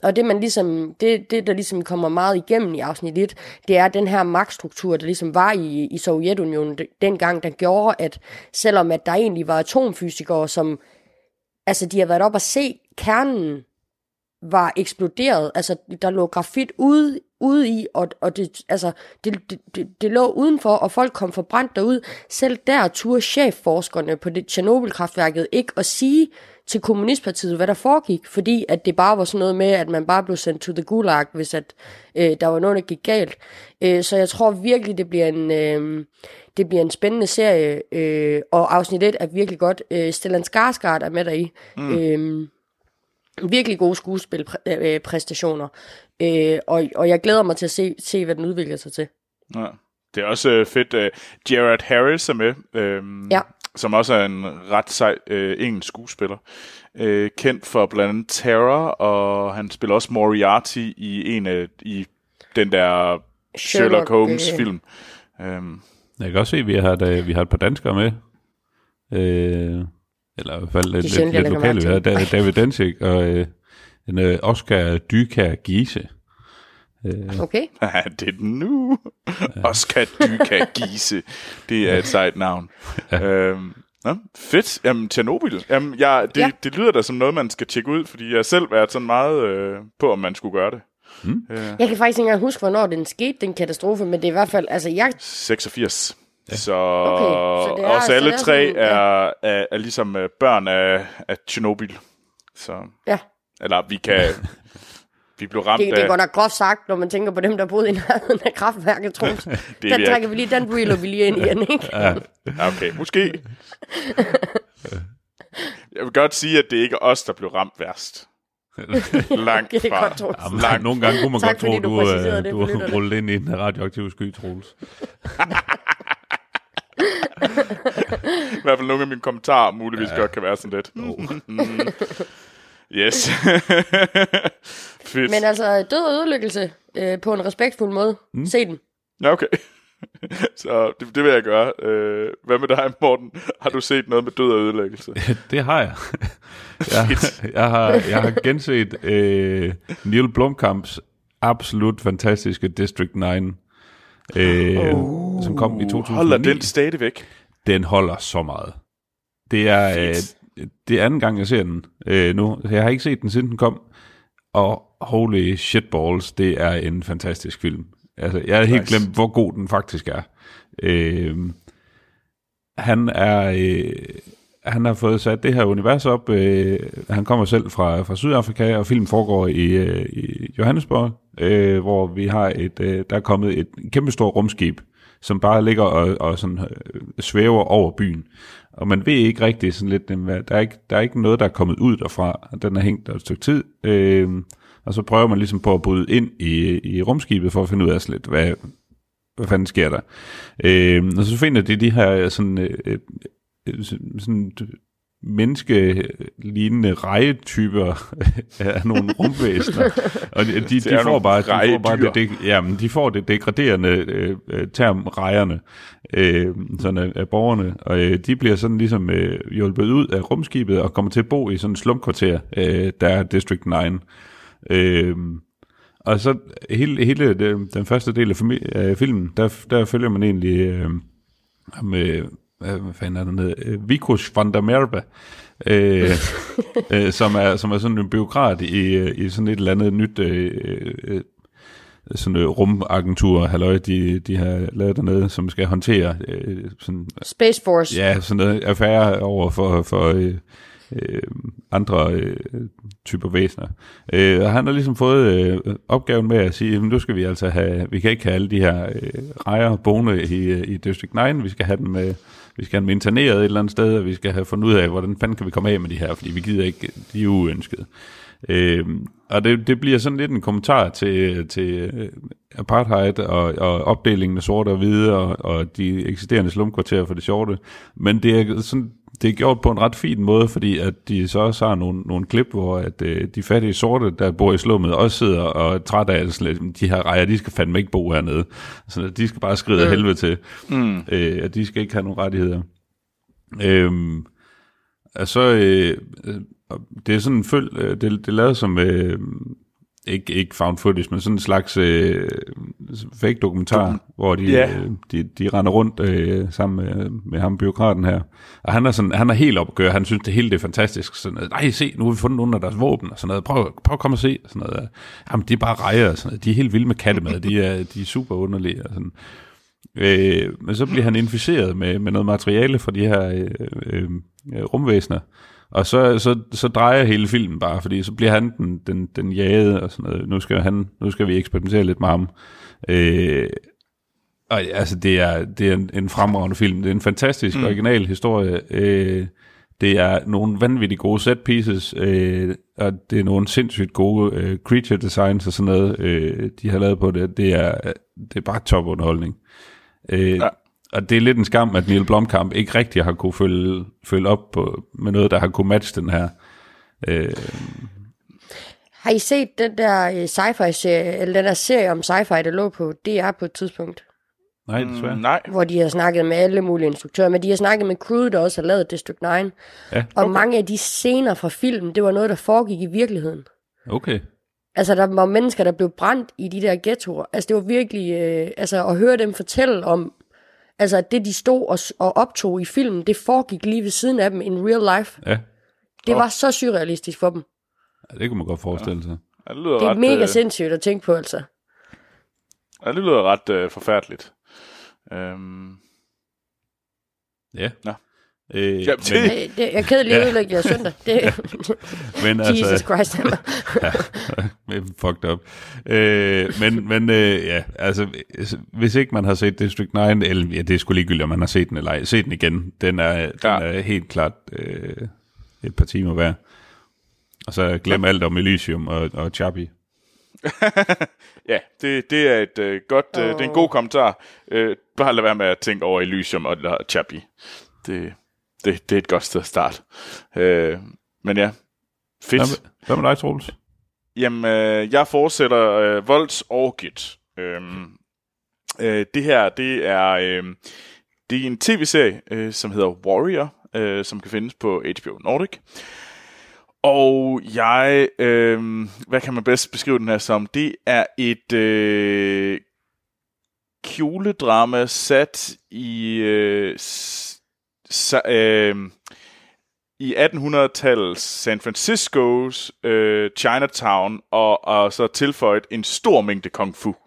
og det, man ligesom, det, det, der ligesom kommer meget igennem i afsnit et, det er den her magtstruktur, der ligesom var i, i Sovjetunionen dengang, der gjorde, at selvom at der egentlig var atomfysikere, som, altså de har været op og se, kernen var eksploderet, altså der lå grafit ude, ude i, og, og det, altså, det, det, det, det lå udenfor, og folk kom forbrændt derud. Selv der turde chefforskerne på det Tjernobyl-kraftværket ikke at sige til kommunistpartiet, hvad der foregik, fordi at det bare var sådan noget med, at man bare blev sendt to the gulag, hvis at, øh, der var noget, der gik galt. Øh, så jeg tror virkelig, det bliver en, øh, det bliver en spændende serie, øh, og afsnit et er virkelig godt. Øh, Stellan Skarsgård er med deri. Mm. Øh, virkelig gode skuespilpræstationer, øh, og, og jeg glæder mig til at se, se hvad den udvikler sig til. Ja. Det er også øh, fedt, uh, Jared Harris er med, øh, ja. som også er en ret sej øh, engelsk skuespiller, øh, kendt for blandt andet Terror, og han spiller også Moriarty i en af i den der Sherlock, Sherlock Holmes øh. film. Um, jeg kan også se, at vi har et, vi har et par danskere med. Øh, eller i hvert fald lidt, lidt, lidt lokale. Vi har David Dencik og øh, en øh, Oscar Dykær Giese. Øh. Okay. Det er den nu. Ja. Oscar Dykær Giese. Det er et sejt navn. Ja. Øhm, nå, fedt. Jamen, Tjernobyl. Jamen, jeg, det, ja. det lyder da som noget, man skal tjekke ud, fordi jeg har selv været sådan meget øh, på, om man skulle gøre det. Hmm. Øh. Jeg kan faktisk ikke engang huske, hvornår den skete, den katastrofe, men det er i hvert fald, altså jeg... seksogfirs. Ja. Så, okay, så det er, også alle så tre sådan, er, ja. er, er ligesom børn af, af Tjernobyl. Så, ja. Eller vi kan... vi blev ramt det, det er godt nok groft sagt, når man tænker på dem, der boede i nærheden af kraftværket, Troels. Der trækker vi lige, den reeler vi lige ind igen, ikke? Ja. Okay, måske. Jeg vil godt sige, at det ikke er os, der blev ramt værst. Langt okay, fra. Godt, Jamen, langt. Nogle gange kunne man tak, godt tro, du, du, du har rullet ind i den radioaktive sky, Troels. I hvert fald nogle af mine kommentarer muligvis ja. godt kan være sådan lidt. Oh. Yes. Fedt. Men altså, død og ødelæggelse øh, på en respektfuld måde. Mm. Se den. Ja, okay. Så det, det vil jeg gøre. Øh, hvad med dig, Morten? Har du set noget med død og ødelæggelse? Det har jeg. jeg, jeg, har, jeg har genset øh, Neil Blomkamps absolut fantastiske District ni, øh, oh, som kom i to tusind og ni. Holder den stadigvæk? Den holder så meget. Det er... Øh, det er anden gang, jeg ser den øh, nu. Jeg har ikke set den, siden den kom. Og holy shitballs, det er en fantastisk film. Altså, jeg havde helt nice. glemt, hvor god den faktisk er. Øh, han er... Øh, han har fået sat det her univers op. Øh, han kommer selv fra, fra Sydafrika, og filmen foregår i, øh, i Johannesburg, øh, hvor vi har et... Øh, der er kommet et kæmpestort rumskib, som bare ligger og, og sådan, øh, svæver over byen. Og man ved ikke rigtig sådan lidt, der er ikke, der er ikke noget, der er kommet ud derfra. Den er hængt der et stykke tid. Øh, og så prøver man ligesom på at bryde ind i, i rumskibet, for at finde ud af lidt, hvad, hvad fanden sker der. Øh, og så finder de de her sådan, øh, sådan menneskelignende rejetyper af nogle rumvæsener. Og de, de, de får bare, de får bare det, det, jamen, de får det degraderende øh, term rejerne, øh, sådan af, af borgerne, og øh, de bliver sådan ligesom øh, hjulpet ud af rumskibet og kommer til at bo i sådan et slumkvarter, øh, der er District ni. Øh, og så hele, hele det, den første del af, fami- af filmen, der, der følger man egentlig øh, med hvad fanden er der nede? Vikus van der Merwe, øh, øh, som, er, som er sådan en bureaukrat i, i sådan et eller andet nyt øh, sådan et rumagentur, halløj, de, de har lavet dernede, som skal håndtere øh, sådan, Space Force. Ja, sådan noget affære over for, for øh, øh, andre øh, typer væsener. Øh, og han har ligesom fået øh, opgaven med at sige, nu skal vi altså have, vi kan ikke have alle de her øh, rejer boende i, i District ni, vi skal have dem med Vi skal have dem interneret et eller andet sted, og vi skal have fundet ud af, hvordan fanden kan vi komme af med de her, fordi vi gider ikke, de er uønskede. Øhm, og det, det bliver sådan lidt en kommentar til, til apartheid og, og opdelingen af sorte og hvide og, og de eksisterende slumkvarterer for det sorte. Men det er, sådan, det er gjort på en ret fin måde, fordi at de så også har nogle, nogle klip, hvor at, øh, de fattige sorte, der bor i slummet, også sidder og er træt af, sådan, de her rejer, de skal fandme ikke bo hernede. Så de skal bare skride af helvede til, mm. øh, at de skal ikke have nogen rettigheder. Øhm, altså, øh, det er sådan en følg, det, det er lavet som, øh, ikke, ikke found footage, men sådan en slags øh, fake dokumentar, du, hvor de, yeah. øh, de, de render rundt øh, sammen med, med ham, bureaukraten her. Og han er, sådan, han er helt op at køre, han synes det hele det er fantastisk. Sådan noget, nej se, nu har vi fundet nogle af deres våben, og sådan noget, prøv, prøv at komme og se. Sådan noget. Jamen, de er bare rejer, og sådan noget. De er helt vilde med kattemad, de er, de er super underlige. Og sådan. Øh, men så bliver han inficeret med, med noget materiale fra de her øh, øh, rumvæsener. Og så, så, så drejer hele filmen bare, fordi så bliver han den, den, den jagede, og sådan noget. Nu skal, han, nu skal vi eksperimentere lidt med ham. Øh, og altså, det er, det er en, en fremragende film. Det er en fantastisk, mm. original historie. Øh, det er nogle vanvittigt gode set pieces, øh, og det er nogle sindssygt gode øh, creature designs og sådan noget, øh, de har lavet på det. Det er, det er bare top underholdning. Øh, ja. Og det er lidt en skam, at Neil Blomkamp ikke rigtig har kunne følge, følge op på, med noget, der har kunne matche den her. Øh. Har I set den der uh, sci-fi-serie, eller den der serie om sci-fi, der lå på D R på et tidspunkt? Nej, desværre. Mm, nej. Hvor de har snakket med alle mulige instruktører, men de har snakket med crewet, der også har lavet District ni. Ja. Okay. Og mange af de scener fra filmen, det var noget, der foregik i virkeligheden. Okay. Altså, der var mennesker, der blev brændt i de der ghettoer. Altså, det var virkelig... Øh, altså, at høre dem fortælle om... Altså, at det, de stod og, og optog i filmen, det foregik lige ved siden af dem in real life. Ja. Det oh. var så surrealistisk for dem. Ja, det kunne man godt forestille sig. Ja, det, lyder det er ret, mega øh... sindssygt at tænke på, altså. Ja, det lyder ret øh, forfærdeligt. Øhm... Ja. Nå. Øh, ja, men, det, det, jeg er kedelig at ødelægge jeres søndag. Det, men Jesus altså, Christ. ja, fucked up. Øh, men men øh, ja, altså, hvis ikke man har set District ni, eller ja, det er sgu ligegyldigt, om man har set den eller ej. Se den igen. Den er, ja. den er helt klart øh, et par timer værd. Og så glem ja. alt om Elysium og, og Chappie. Ja, det, det er et øh, godt, øh, det er en god kommentar. Øh, bare lad være med at tænke over Elysium og Chappie. Det Det, det er et godt sted at starte. Øh, men ja, fedt. Hvad med dig, Troels? Jamen, øh, jeg fortsætter øh, Voldsorgiet. Øh, øh, det her, det er, øh, det er en tv-serie, øh, som hedder Warrior, øh, som kan findes på H B O Nordic. Og jeg, øh, hvad kan man bedst beskrive den her som? Det er et øh, kjoledrama sat i... Øh, Så, øh, i attenhundredetallet San Franciscos øh, Chinatown, og, og så tilføjet en stor mængde kung fu.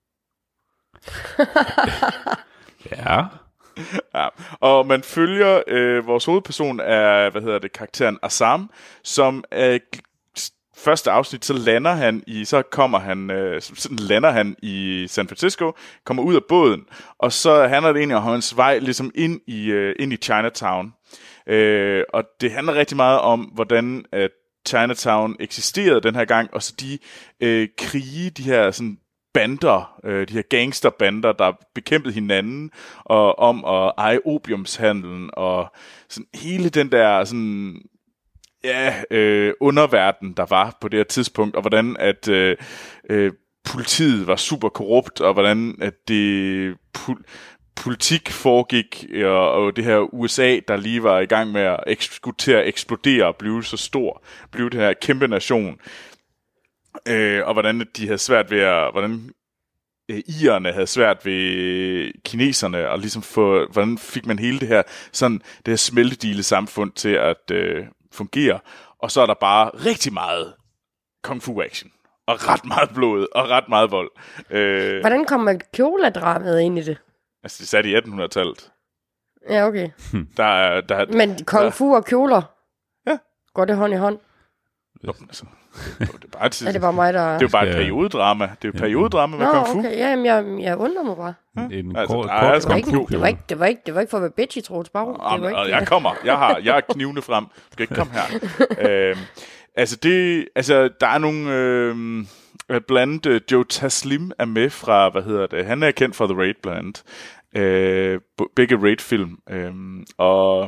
Ja. Ja. Og man følger øh, vores hovedperson er, hvad hedder det, karakteren Assam, som øh, første afsnit, så lander han i, så kommer han, øh, sådan lander han i San Francisco, kommer ud af båden, og så handler det egentlig om hans vej ligesom ind i, øh, ind i Chinatown. Øh, og det handler rigtig meget om, hvordan at Chinatown eksisterede den her gang, og så de øh, krige, de her sådan bander, øh, de her gangsterbander, der bekæmpede hinanden, og om at eje opiumshandlen, og sådan hele den der sådan... Ja, øh, underverden, der var på det her tidspunkt, og hvordan at øh, øh, politiet var super korrupt, og hvordan at det pol- politik foregik, og, og det her U S A, der lige var i gang med at ekskutere, eksplodere og blive så stor, blive den her kæmpe nation, øh, og hvordan de havde svært ved at, hvordan øh, irerne havde svært ved kineserne, og ligesom få, hvordan fik man hele det her, sådan det her smeltedile samfund til at øh, fungere, og så er der bare rigtig meget kung fu action, og ret meget blod, og ret meget vold. Øh, Hvordan kommer kjoledramaet ind i det? altså, det satte i attenhundredetallet. Ja, okay. Der er, der, Men kung fu og kjoler? Ja. Går det hånd i hånd? Nå, altså, det er bare et, er det bare mig, der... Det er jo bare et periodedrama. Det er jo et periodedrama med Nå, kung fu. Okay. Ja, jamen, jeg, jeg undrer mig bare. Ja. En altså, kort, kort, kort det, var ikke, det, var ikke, det, var ikke, det, var ikke, det var ikke for at være bitchy, Troels Bag. Det var ikke, jeg kommer. Jeg har, jeg har knivene frem. Du skal ikke komme her. øhm, altså, det, altså, der er nogle... Øhm, blandt uh, Joe Taslim er med fra, hvad hedder det? Han er kendt for The Raid blandt. Øh, begge Raid-film. Øhm, og...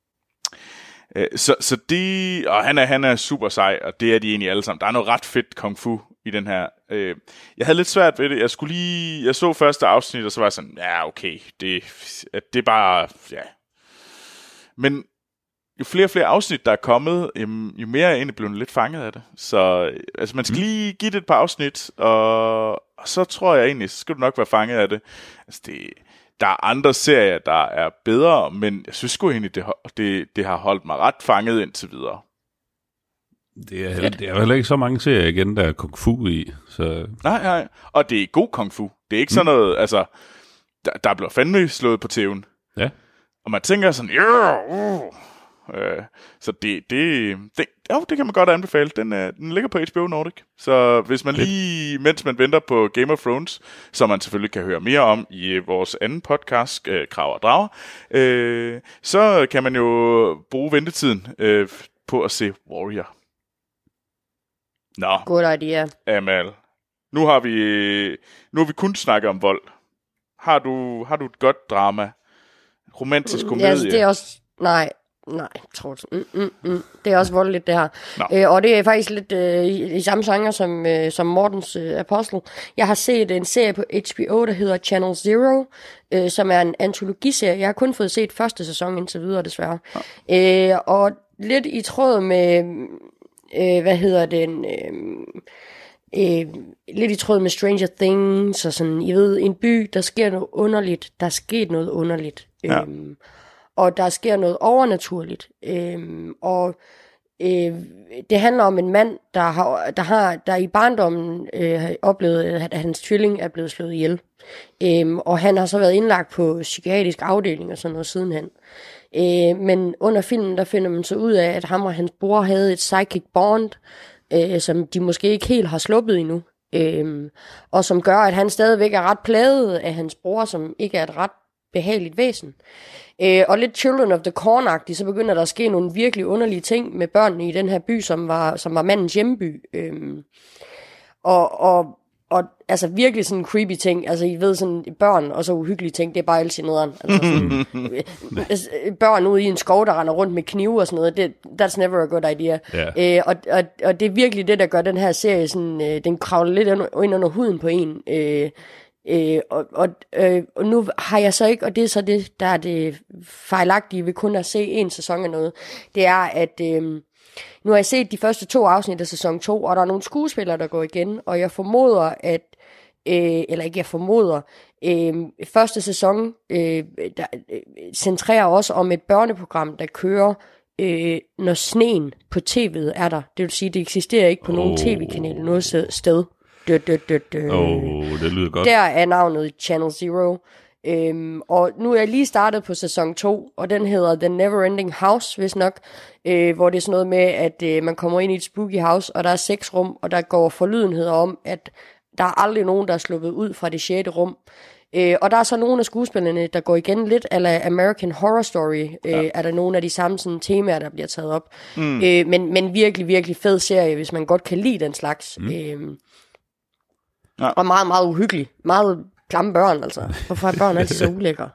Så, så de, og han er, han er super sej, og det er de egentlig alle sammen. Der er noget ret fedt kung fu i den her. Jeg havde lidt svært ved det. Jeg skulle lige, jeg så første afsnit, og så var jeg sådan, ja okay, det, det er bare, ja. Men jo flere og flere afsnit, der er kommet, jo, jo mere er jeg egentlig blevet lidt fanget af det. Så altså, man skal mm. lige give det et par afsnit, og, og så tror jeg egentlig, så skal du nok være fanget af det. Altså, det, der er andre serier, der er bedre, men jeg synes sgu egentlig, det, det, det har holdt mig ret fanget indtil videre. Det er, heller, det er heller ikke så mange serier igen, der er kung fu i. Så... Nej, nej. Og det er god kung fu. Det er ikke mm. sådan noget, altså, der, der bliver fandme slået på tæven. Ja. Og man tænker sådan, yeah, uh. øh, så det, det, det, jo, det kan man godt anbefale. Den, øh, den ligger på H B O Nordic. Så hvis man lige, mens man venter på Game of Thrones, som man selvfølgelig kan høre mere om i vores anden podcast, øh, Krav og Drager, øh, så kan man jo bruge ventetiden øh, på at se Warrior. Nå. God idea. Amal. Nu har vi nu har vi kun snakket om vold. Har du har du et godt drama? Romantisk komedie? Ja, altså, det er også nej, nej, tror jeg. Mm, mm, mm. Det er også voldeligt det her. Øh, og det er faktisk lidt øh, i, i samme genre som øh, som Mortens øh, Apostel. Jeg har set en serie på H B O der hedder Channel Zero, øh, som er en antologiserie. Jeg har kun fået set første sæson indtil videre desværre. Ja. Øh, og lidt i tråd med Øh, hvad hedder den, øh, øh, lidt i tråd med Stranger Things, og sådan, I ved, en by, der sker noget underligt, der er sket noget underligt, ja. øhm, og der sker noget overnaturligt, øhm, og øh, det handler om en mand, der har, der har der i barndommen øh, har oplevet, at hans tvilling er blevet slået ihjel, øhm, og han har så været indlagt på psykiatrisk afdeling og sådan noget sidenhen. Øh, men under filmen, der finder man så ud af, at ham og hans bror havde et psychic bond, øh, som de måske ikke helt har sluppet endnu. Øh, og som gør, at han stadigvæk er ret plaget af hans bror, som ikke er et ret behageligt væsen. Øh, og lidt Children of the Corn-agtigt, så begynder der at ske nogle virkelig underlige ting med børnene i den her by, som var, som var mandens hjemby. Øh, og... og Og altså virkelig sådan creepy ting, altså I ved sådan børn og så uhyggelige ting, det er bare altid nederen. Altså sådan, børn ude i en skov, der render rundt med knive og sådan noget, det, that's never a good idea. Yeah. Øh, og, og, og det er virkelig det, der gør den her serie, sådan, øh, den kravler lidt ind under huden på en. Øh, øh, og, og, øh, og nu har jeg så ikke, og det er så det, der er det fejlagtige ved kun at se en sæson af noget, det er at... Øh, Nu har jeg set de første to afsnit af sæson to, og der er nogle skuespillere, der går igen, og jeg formoder, at, øh, eller ikke jeg formoder, øh, første sæson øh, der, øh, centrerer også om et børneprogram, der kører, øh, når sneen på tv'et er der. Det vil sige, det eksisterer ikke på oh. nogen tv-kanal noget sted. Dø, dø, dø, dø. Oh, det lyder godt. Der er navnet Channel Zero. Øhm, og nu er jeg lige startet på sæson to, og den hedder The Neverending House, hvis nok, øh, hvor det er sådan noget med, at øh, man kommer ind i et spooky house, og der er seks rum, og der går forlydenheder om, at der er aldrig nogen, der er sluppet ud fra det sjette rum. Øh, og der er så nogle af skuespillerne, der går igen lidt, eller American Horror Story, øh, ja. Er der nogle af de samme sådan, temaer, der bliver taget op. Mm. Øh, men, men virkelig, virkelig fed serie, hvis man godt kan lide den slags. Mm. Øh, ja. Og meget, meget uhyggelig. Meget klamme børn, altså. Hvorfor er børn altid så ulækre?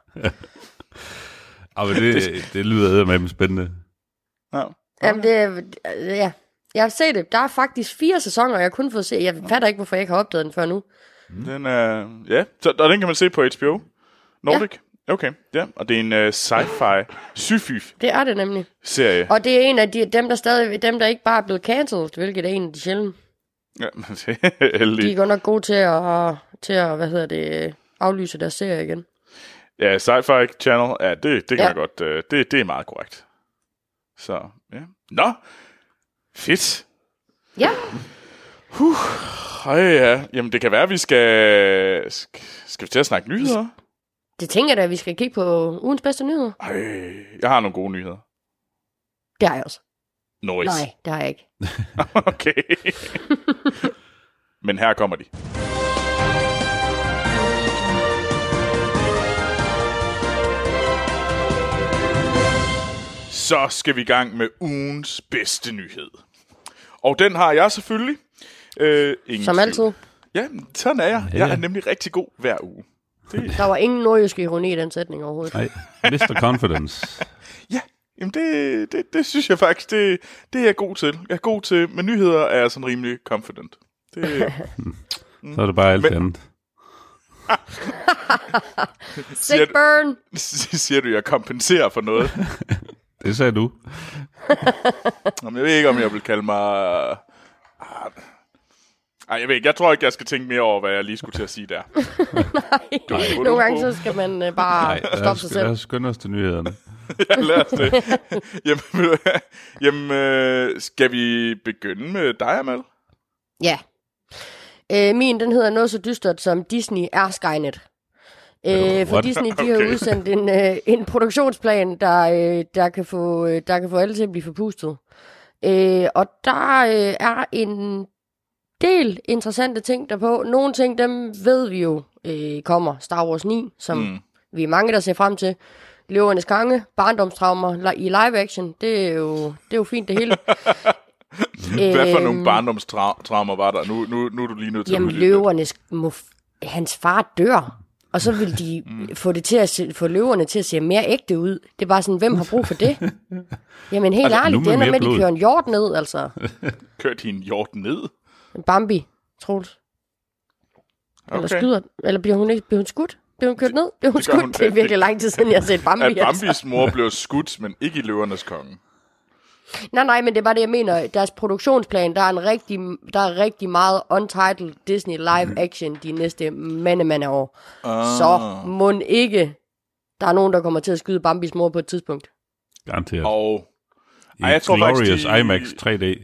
Ja, men det, det lyder med spændende. Ja. Jamen, det ja. Jeg har set det. Der er faktisk fire sæsoner, og jeg har kun fået se. Jeg fatter ikke, hvorfor jeg ikke har opdaget den før nu. Den er, ja, så, og den kan man se på H B O Nordic. Ja. Okay, ja, og det er en uh, sci-fi sci-fi. Det er det nemlig. Serie. Og det er en af de, dem, der stadig, dem, der ikke bare er blevet cancelled, hvilket er en af de sjældne. Ja, det er heldigt. De er godt nok gode til at, til at, hvad hedder det, aflyse deres serie igen. Ja, Sci-Fi Channel, ja, det, det kan ja. jeg godt, det, det er meget korrekt. Så, ja. Nå, fedt. Ja. Huh. Ej, ja. Jamen, det kan være, at vi skal, skal, skal vi til at snakke nyheder? Det tænker jeg da, at vi skal kigge på ugens bedste nyheder. Ej, jeg har nogle gode nyheder. Det har jeg også. Nice. Nej, det har jeg ikke. Okay. Men her kommer de. Så skal vi i gang med ugens bedste nyhed. Og den har jeg selvfølgelig. Øh, Som altid. Ja, sådan er jeg. Jeg er nemlig rigtig god hver uge. Det... Der var ingen nordjysk ironi i den sætning overhovedet. Nej, mister Confidence. Ja, jamen det, det, det synes jeg faktisk, det, det er jeg god til. Jeg er god til, med nyheder er jeg sådan rimelig confident. Det, mm. Så er det bare alt Men... andet. Sick burn! Siger du, jeg kompenserer for noget? Det sagde du. Jamen, jeg ved ikke, om jeg vil kalde mig... Ej, jeg ved ikke. Jeg tror ikke, jeg skal tænke mere over, hvad jeg lige skulle til at sige der. Nej, du, du, nogle gange så skal man uh, bare Nej, stoppe sig selv. Lad os skynde os til nyhederne. Ja, lad os det. Jamen, jamen øh, skal vi begynde med dig, Amal? Ja. Øh, min, den hedder noget så dystert som Disney er Skynet. Øh, for Disney, de har okay. udsendt en, øh, en produktionsplan, der, øh, der, kan få, øh, der kan få alle til at blive forpustet. Øh, og der øh, er en del interessante ting derpå. Nogle ting, dem ved vi jo øh, kommer. Star Wars ni, som mm. vi er mange, der ser frem til. Løvernes Konge, barndomstraumer i live action. Det er jo, det er jo fint det hele. Hvad for nogle barndomstraumer var der? Nu, nu, nu er du lige nødt til jamen, at løvernes... Må, hans far dør. Og så vil de mm. få, det til at se, få løverne til at se mere ægte ud. Det er bare sådan, hvem har brug for det? Jamen helt altså, ærligt, det ender med, at de kører en hjort ned, altså. Kører de en hjort ned? En Bambi, Troels. Okay. Eller skyder, eller bliver hun, ikke, bliver hun skudt? Bliver hun kørt ned? Bliver hun skudt? Hun, det er virkelig det, lang tid siden, jeg har set Bambi. At Bambis altså. mor blev skudt, men ikke i Løvernes Konge. Nej, nej, men det er bare det, jeg mener. Deres produktionsplan, der er, en rigtig, der er rigtig meget untitled Disney live action de næste mange, mange år. Ah. Så må ikke, der er nogen, der kommer til at skyde Bambis mor på et tidspunkt. Garanteret. Og i Ej, jeg tror Glorious faktisk, de... IMAX tre D.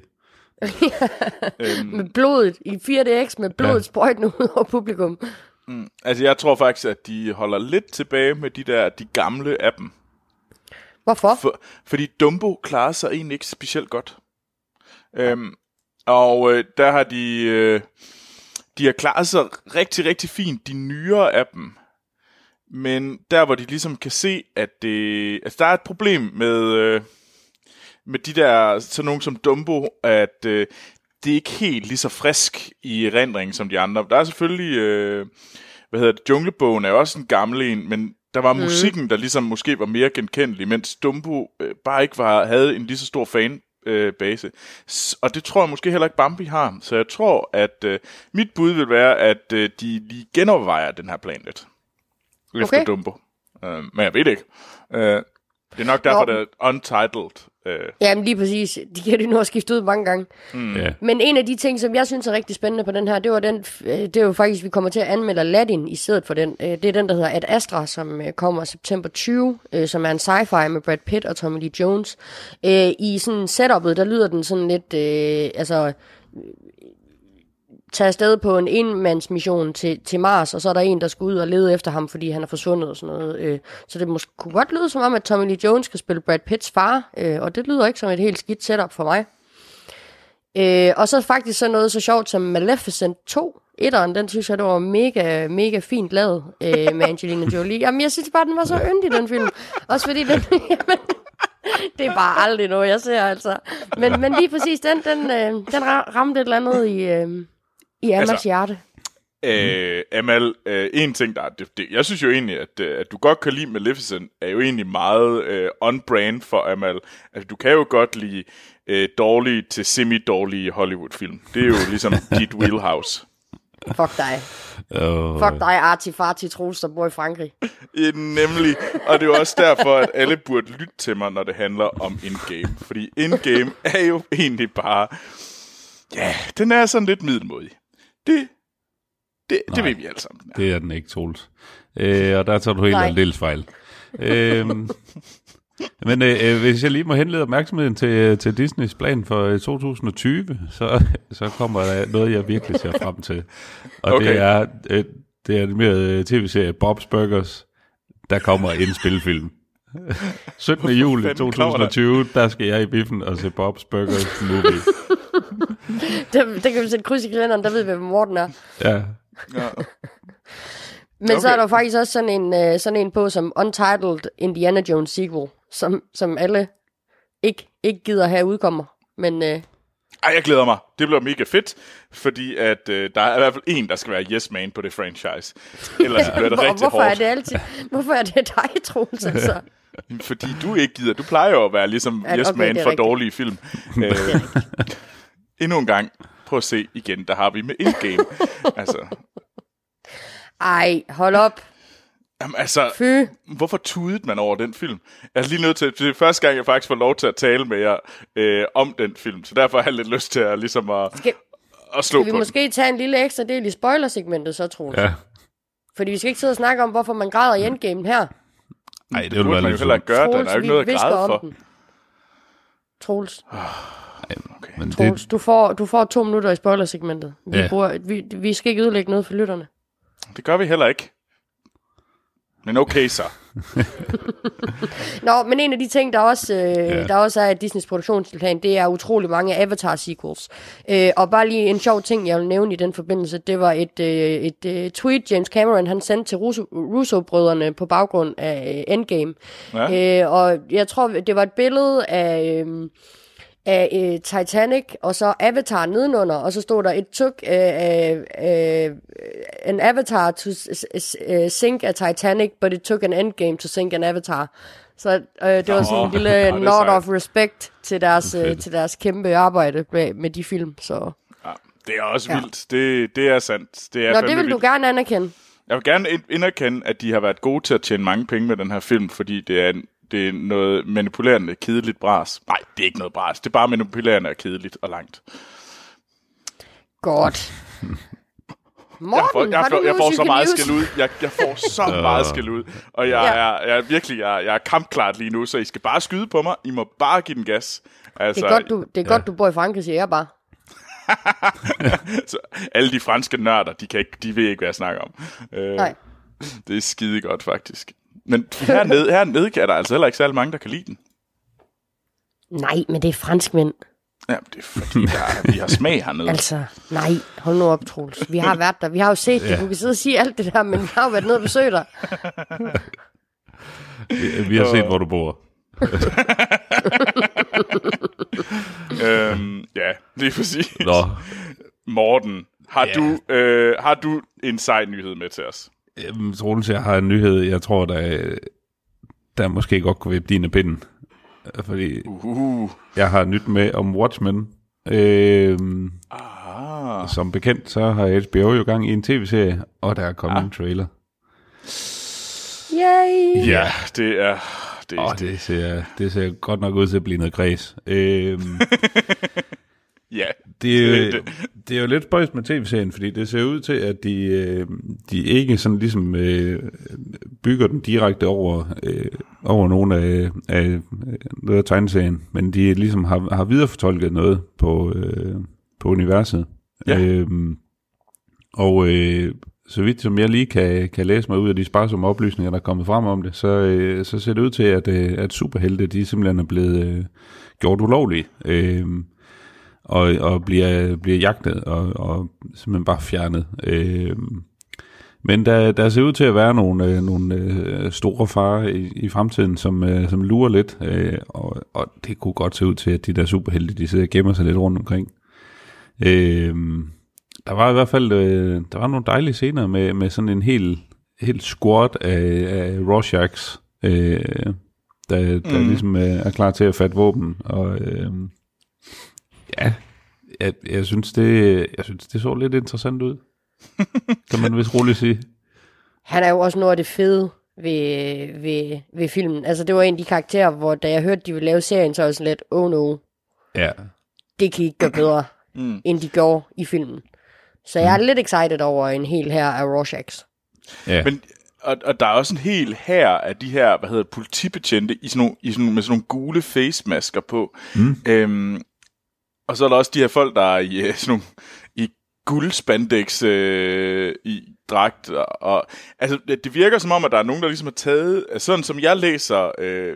med blodet, i fire D X, med blodet ja. sprøjtende ud over publikum. Mm, altså, jeg tror faktisk, at de holder lidt tilbage med de der, de gamle af dem. Hvorfor? For, fordi Dumbo klarer sig egentlig ikke specielt godt. Øhm, og øh, der har de, øh, de har klaret sig rigtig, rigtig fint, de nyere af dem. Men der, hvor de ligesom kan se, at det, altså, der er et problem med, øh, med de der, sådan nogen som Dumbo, at øh, det er ikke helt lige så frisk i erindringen som de andre. Der er selvfølgelig, øh, hvad hedder det, Junglebogen er også en gammel en, men der var mm. musikken, der ligesom måske var mere genkendelig, mens Dumbo øh, bare ikke var, havde en lige så stor fanbase. Øh, og det tror jeg måske heller ikke Bambi har. Så jeg tror, at øh, mit bud vil være, at øh, de lige genovervejer den her plan lidt. Efter okay. Dumbo. Øh, men jeg ved det ikke. Øh, det er nok derfor, det er untitled. Øh. Jamen lige præcis. De kan jo nu have skiftet ud mange gange. Mm. Yeah. Men en af de ting, som jeg synes er rigtig spændende på den her, det var den, det er jo faktisk, vi kommer til at anmelde Aladdin i stedet for den. Det er den, der hedder Ad Astra, som kommer september tyvende, som er en sci-fi med Brad Pitt og Tommy Lee Jones. I sådan setup'et, der lyder den sådan lidt, altså... tage afsted på en enmandsmission til, til Mars, og så er der en, der skal ud og lede efter ham, fordi han er forsvundet og sådan noget. Øh, så det måske kunne godt lyde som om, at Tommy Lee Jones skal spille Brad Pitts far, øh, og det lyder ikke som et helt skidt setup for mig. Øh, og så faktisk så noget så sjovt som Maleficent to. Etteren, den synes jeg, det var mega, mega fint lavet øh, med Angelina Jolie. Jamen, jeg synes bare, den var så yndig, den film. Også fordi den... jamen, det er bare aldrig noget, jeg ser, altså. Men, men lige præcis, den, den, øh, den ramte et eller andet i... Øh, I Amals altså, hjerte. Øh, Amal, øh, en ting, der er, det, det, jeg synes jo egentlig, at, at du godt kan lide Maleficent, er jo egentlig meget øh, on-brand for Amal. Altså, du kan jo godt lide øh, dårlige til semi-dårlige Hollywood-film. Det er jo ligesom dit wheelhouse. Fuck dig. Oh. Fuck dig, Arti-Farti Troels, der bor i Frankrig. Ja, nemlig. Og det er jo også derfor, at alle burde lytte til mig, når det handler om Endgame. Fordi Endgame er jo egentlig bare... Ja, den er sådan lidt middelmodig. Det, det, det ved vi alle sammen. Ja. Det er den ikke, Troels. Øh, og der tager du helt aldeles fejl. øhm, men øh, hvis jeg lige må henlede opmærksomheden til, til Disneys plan for to tusind og tyve, så, så kommer der noget, jeg virkelig ser frem til. Og okay. det er øh, det er med tv-serie Bob's Burgers. Der kommer en spilfilm. syttende juli to tusind og tyve, der skal jeg i biffen og se Bob's Burgers movie. der, der kan vi sætte kryds i kalenderen, der ved vi, hvem Morten er. Ja. ja. Men okay. Så er der faktisk også sådan en, uh, sådan en på som Untitled Indiana Jones sequel, som, som alle ikke, ikke gider have udkommer. Men, uh... Ej, jeg glæder mig. Det bliver mega fedt, fordi at, uh, der er i hvert fald en, der skal være yes man på det franchise. Ellers ja. bliver det rigtig hvorfor hårdt. Er det altid, hvorfor er det dig, Troels, altså? Fordi du ikke gider. Du plejer jo at være ligesom ja, yes okay, man for rigtigt. Dårlige film. uh, endnu en gang. Prøv at se igen. Der har vi med Endgame. altså. Ej, hold op. Jamen altså, Fy. Hvorfor tudede man over den film? Jeg er lige nødt til, det er første gang, jeg faktisk får lov til at tale med jer øh, om den film, så derfor har jeg lidt lyst til at, ligesom at, skal, at slå skal vi på måske den. tage en lille ekstra del i spoilersegmentet så, Troels? Ja. Fordi vi skal ikke sidde og snakke om, hvorfor man græder i Endgame her. Nej, det, det burde man jo heller ikke gøre, Troels, den er jo ikke noget at græde for. Den. Troels. Ej, okay. Men Troels, det... du, får, du får to minutter i spoilersegmentet. Vi, ja. bruger, vi, vi skal ikke ødelægge noget for lytterne. Det gør vi heller ikke. Men okay så. Nå, men en af de ting, der også, øh, yeah. der også er i Disneys produktionsplan, det er utrolig mange Avatar-sequels. Øh, og bare lige en sjov ting, jeg vil nævne i den forbindelse, det var et, øh, et øh, tweet, James Cameron han sendte til Russo, Russo-brødrene på baggrund af Endgame. Ja. Øh, og jeg tror, det var et billede af... Øh, af uh, Titanic, og så Avatar nedenunder, og så stod der, it took uh, uh, uh, an Avatar to uh, sink a Titanic, but it took an Endgame to sink an Avatar. Så uh, det var sådan en lille oh, nod of respect til deres, uh, til deres kæmpe arbejde med, med de film. Så. Ja, det er også ja. vildt. Det, det er sandt. Det er Nå, det vil vildt. Du gerne anerkende. Jeg vil gerne anerkende, at de har været gode til at tjene mange penge med den her film, fordi det er en Det er noget manipulerende, kedeligt bras. Nej, det er ikke noget bras. Det er bare manipulerende og kedeligt og langt. Godt. Morten, jeg får, jeg har får, du jeg får så meget news? skæld ud. Jeg, jeg får så meget skæld ud. Og jeg, ja. jeg, jeg er virkelig jeg, jeg er kampklart lige nu, så I skal bare skyde på mig. I må bare give den gas. Altså, det er godt, du, det er ja. godt, du bor i Frankrig, siger jeg bare. Så alle de franske nørder, de, kan ikke, de ved ikke, hvad jeg snakker om. Øh, Nej. Det er skide godt, faktisk. Men hernede, hernede er der altså heller ikke særlig mange, der kan lide den. Nej, men det er franskmænd. Ja, det er fordi, der, vi har smag hernede. Altså, nej, hold nu op, Troels. Vi har været der, vi har jo set det. Ja. Du kan sidde og sige alt det der, men vi har jo været nede og besøge dig. vi, vi har set, hvor du bor. øhm, ja, lige præcis. Nå. Morten, har, ja. du, øh, har du en sej nyhed med til os? Jamen, Troels, jeg har en nyhed. Jeg tror, der, der måske godt kunne vippe dine pinde. Fordi uh. jeg har nyt med om Watchmen. Øhm, ah. Som bekendt, så har H B O jo gang i en tv-serie, og der er kommet ah. en trailer. Yay! Ja, det er... Det, oh, det, ser, det ser godt nok ud til at blive noget græs. Øhm, ja. Det er, jo, det er jo lidt spøjst med tv-serien, fordi det ser ud til, at de, de ikke sådan ligesom øh, bygger den direkte over, øh, over nogle af, af noget af tegneserien, men de ligesom har, har viderefortolket noget på, øh, på universet. Ja. Øhm, og øh, så vidt som jeg lige kan, kan læse mig ud af de sparsomme oplysninger, der er kommet frem om det, så, øh, så ser det ud til, at, øh, at superhelte, de simpelthen er blevet øh, gjort ulovlige. Øh, og, og bliver, bliver jagtet og, og simpelthen bare fjernet. Øh, men der, der ser ud til at være nogle, øh, nogle øh, store farer i, i fremtiden, som, øh, som lurer lidt, øh, og, og det kunne godt se ud til, at de der superhelte, de sidder og gemmer sig lidt rundt omkring. Øh, der var i hvert fald øh, der var nogle dejlige scener med, med sådan en helt, helt squad af, af Rorschachs, øh, der, der mm. ligesom øh, er klar til at fatte våben, og øh, ja, jeg, jeg, synes det, jeg synes, det så lidt interessant ud. Kan man vist roligt sige. Han er jo også noget af det fede ved, ved, ved filmen. Altså, det var en af de karakterer, hvor da jeg hørte, de ville lave serien, så var jeg sådan lidt, oh no. Ja. Det kan I ikke gøre bedre, mm. end de gjorde i filmen. Så jeg er mm. lidt excited over en hel her af Rorschachs. Ja. Men, og, og der er også en hel her af de her, hvad hedder politibetjente, i sådan nogle, i sådan nogle, med sådan nogle gule face-masker på. Mm. Øhm, og så er der også de her folk, der er i sådan nogle, i guldspandex øh, i dragt. Og, og, altså, det, det virker som om, at der er nogen, der ligesom har taget, sådan som jeg læser øh,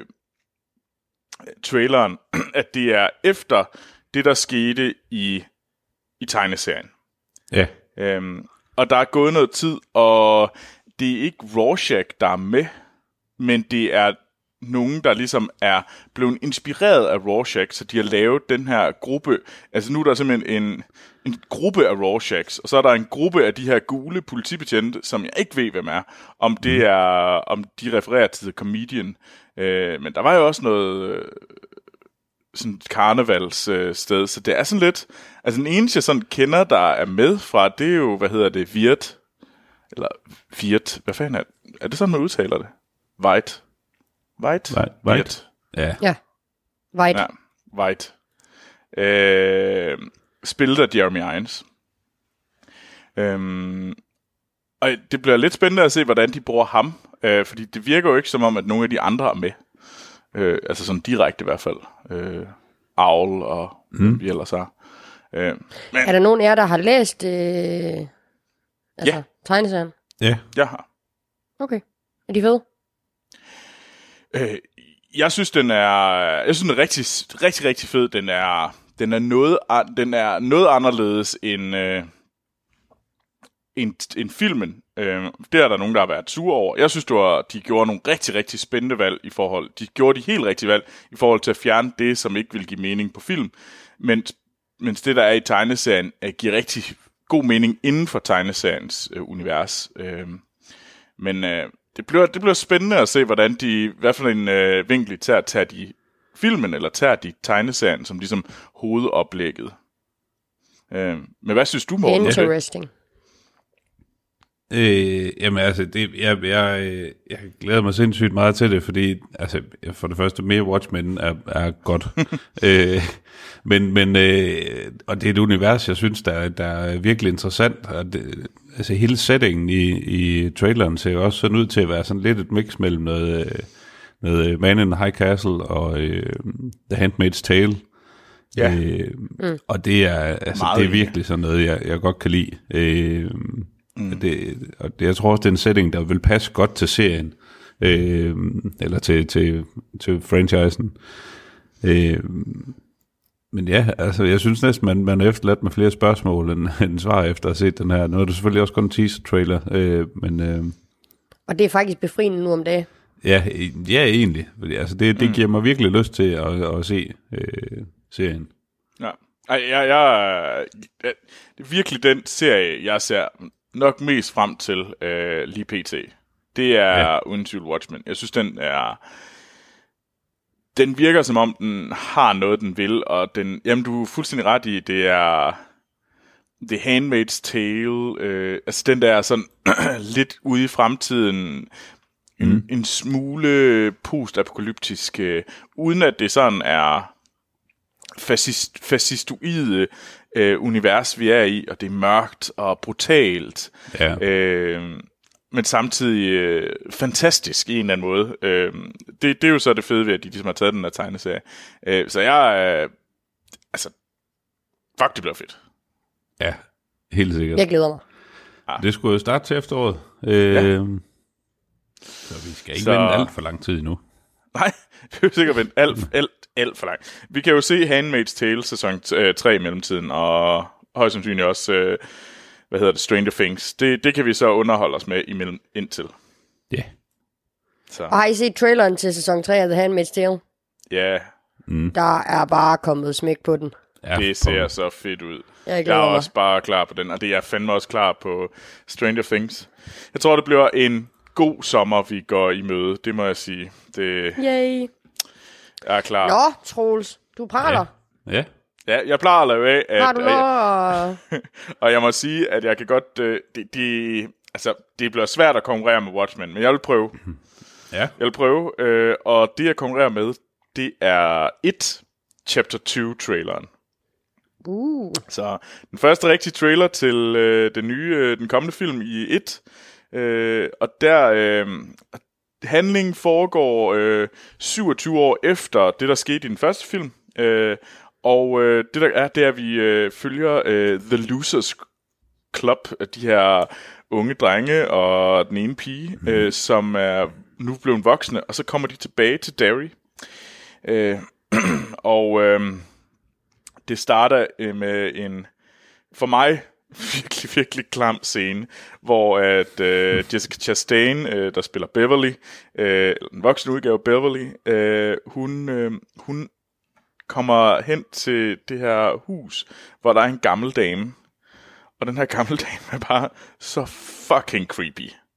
traileren, at det er efter det, der skete i, i tegneserien. Ja. Øhm, og der er gået noget tid, og det er ikke Rorschach, der er med, men det er nogen, der ligesom er blevet inspireret af Rorschach, så de har lavet den her gruppe. Altså nu er der simpelthen en, en gruppe af Rorschachs, og så er der en gruppe af de her gule politibetjente, som jeg ikke ved, hvem er, om det mm. er, om de refererer til The Comedian. Øh, men der var jo også noget øh, sådan et karnevalssted, øh, så det er sådan lidt, altså den eneste jeg sådan kender, der er med fra, det er jo, hvad hedder det, Wirt. eller Viet, hvad fanden er Er det sådan, man udtaler det? Veit. Veit? Veit. Ja. Ja. Veit. Ja, Veit. Øh, spillet af Jeremy Irons. Øhm, og det bliver lidt spændende at se, hvordan de bruger ham. Øh, fordi det virker jo ikke som om, at nogle af de andre er med. Øh, altså sådan direkte i hvert fald. Øh, Owl og mm. vi ellers er. Øh, men... Er der nogen af jer, der har læst øh, altså, ja. tegneserien? Ja. Jeg har. Okay. Er de fede? Øh, jeg synes, den er, jeg synes, den er rigtig, rigtig, rigtig fed. Den er, den er, noget, den er noget anderledes end, øh, end, end filmen. Øh, det er der nogen, der har været sure over. Jeg synes, det var, de gjorde nogle rigtig, rigtig spændende valg i forhold. De gjorde de helt rigtige valg i forhold til at fjerne det, som ikke vil give mening på film. Men, mens det, der er i tegneserien, giver rigtig god mening inden for tegneseriens øh, univers. Øh, men øh, det, bliver, det bliver spændende at se, hvordan de, i hvert fald en øh, vinkel tager, tager de filmen, eller tager de tegneserien som ligesom hovedoplægget. Øh, men hvad synes du, Morten? Interesting. Øh, jamen altså, det, jeg, jeg, jeg glæder mig sindssygt meget til det, fordi altså, for det første, mere Watchmen er, er godt. øh, men, men, øh, og det er et univers, jeg synes, der, der er virkelig interessant. Og det, altså, hele settingen i, i traileren ser jo også sådan ud til at være sådan lidt et mix mellem noget, noget Man in the High Castle og øh, The Handmaid's Tale. Ja. Øh, mm. Og det er, altså, det er virkelig sådan noget, jeg, jeg godt kan lide. Øh, Mm. Det, og det, jeg tror også, det er en setting, der vil passe godt til serien, øh, eller til, til, til franchisen. Øh, men ja, altså, jeg synes næsten, man, man er efterladt med flere spørgsmål end, end svar efter at have set den her. Nu er det selvfølgelig også kun en teaser-trailer, øh, men... Øh, og det er faktisk befriende nu om dagen. Ja, ja egentlig. Fordi, altså, det, det mm. giver mig virkelig lyst til at, at se øh, serien. Ja, jeg, jeg, jeg, jeg, det er virkelig den serie, jeg ser nok mest frem til øh, lige pt. Det er ja. uden tvivl Watchmen. Jeg synes, den er... Den virker som om, den har noget, den vil, og den... Jamen, du er fuldstændig ret i, det er... The Handmaid's Tale. Øh, altså, den der er sådan lidt ude i fremtiden... En, mm. en smule post-apokalyptisk, øh, uden at det sådan er fascist, fascistoide øh, univers, vi er i, og det er mørkt og brutalt, ja. øh, men samtidig øh, fantastisk i en eller anden måde. Øh, det, det er jo så det fede ved, at de ligesom har taget den der tegneserie. Øh, så jeg, øh, altså, fuck, det bliver fedt. Ja, helt sikkert. Jeg glæder mig. Ja. Det skulle jo starte til efteråret. Øh, ja. Så vi skal ikke så... vente alt for lang tid nu. Nej, vi vil sikkert vente alt, alt, alt for langt. Vi kan jo se Handmaid's Tale sæson tre i mellemtiden, og højst sandsynligt også, øh, hvad hedder det, Stranger Things. Det, det kan vi så underholde os med imellem indtil. Ja. Yeah. Så. Og har I set traileren til sæson tre af The Handmaid's Tale? Ja. Yeah. Mm. Der er bare kommet smæk på den. Ja, det ser så fedt ud. Jeg, jeg er også bare klar på den, og det er fandme også klar på Stranger Things. Jeg tror, det bliver en god sommer, vi går i møde. Det må jeg sige. Det... Yay. Jeg er klar. Nå, Troels. Du praler. Ja. ja. Ja, jeg plejer at lave af. At, har du noget? Og jeg, og jeg må sige, at jeg kan godt... Øh, det, de, altså, det bliver svært at konkurrere med Watchmen, men jeg vil prøve. Ja. Jeg vil prøve. Øh, og det, jeg konkurrerer med, det er et Chapter to-traileren. Uh. Så den første rigtige trailer til øh, den nye, øh, den kommende film i et. Øh, og der øh, handlingen foregår øh, syvogtyve år efter det, der skete i den første film. Øh, og øh, det der er, det er, at vi øh, følger øh, The Losers Club, de her unge drenge og den ene pige, mm. øh, som er nu blevet voksne, og så kommer de tilbage til Derry. Øh, og øh, det starter øh, med en, for mig, virkelig, virkelig klam scene, hvor at øh, Jessica Chastain, øh, der spiller Beverly, øh, den voksne udgave Beverly, øh, hun, øh, hun kommer hen til det her hus, hvor der er en gammel dame. Og den her gamle dame er bare så fucking creepy.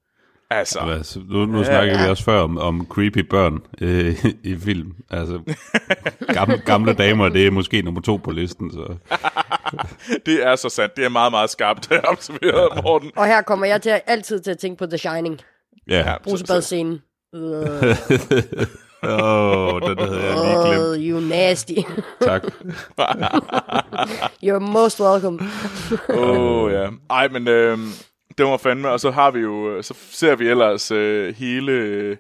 Altså, altså nu, nu ja, snakker ja. vi også før om, om creepy børn øh, i film. Altså, gamle, gamle damer, det er måske nummer to på listen. Så. Det er så sandt. Det er meget, meget skarpt, det observeret, ja. Morten. Og her kommer jeg til at, altid til at tænke på The Shining. Ja. Brusebadscenen. Åh, oh, den havde jeg lige glemt. Oh, you nasty. Tak. You're most welcome. Åh, oh, ja. Ej, men... Øh, det var fandme, og så har vi jo, så ser vi ellers øh, hele øh,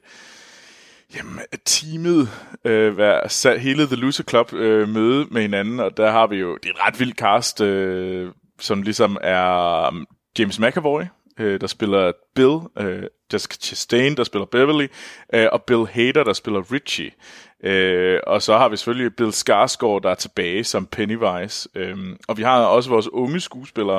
jamen, teamet, øh, være, hele The Loser Club øh, møde med hinanden, og der har vi jo, det er et ret vildt cast, øh, som ligesom er um, James McAvoy, øh, der spiller Bill, øh, Jessica Chastain, der spiller Beverly, øh, og Bill Hader, der spiller Richie. Øh, og så har vi selvfølgelig Bill Skarsgård, der er tilbage som Pennywise, øh, og vi har også vores unge skuespillere,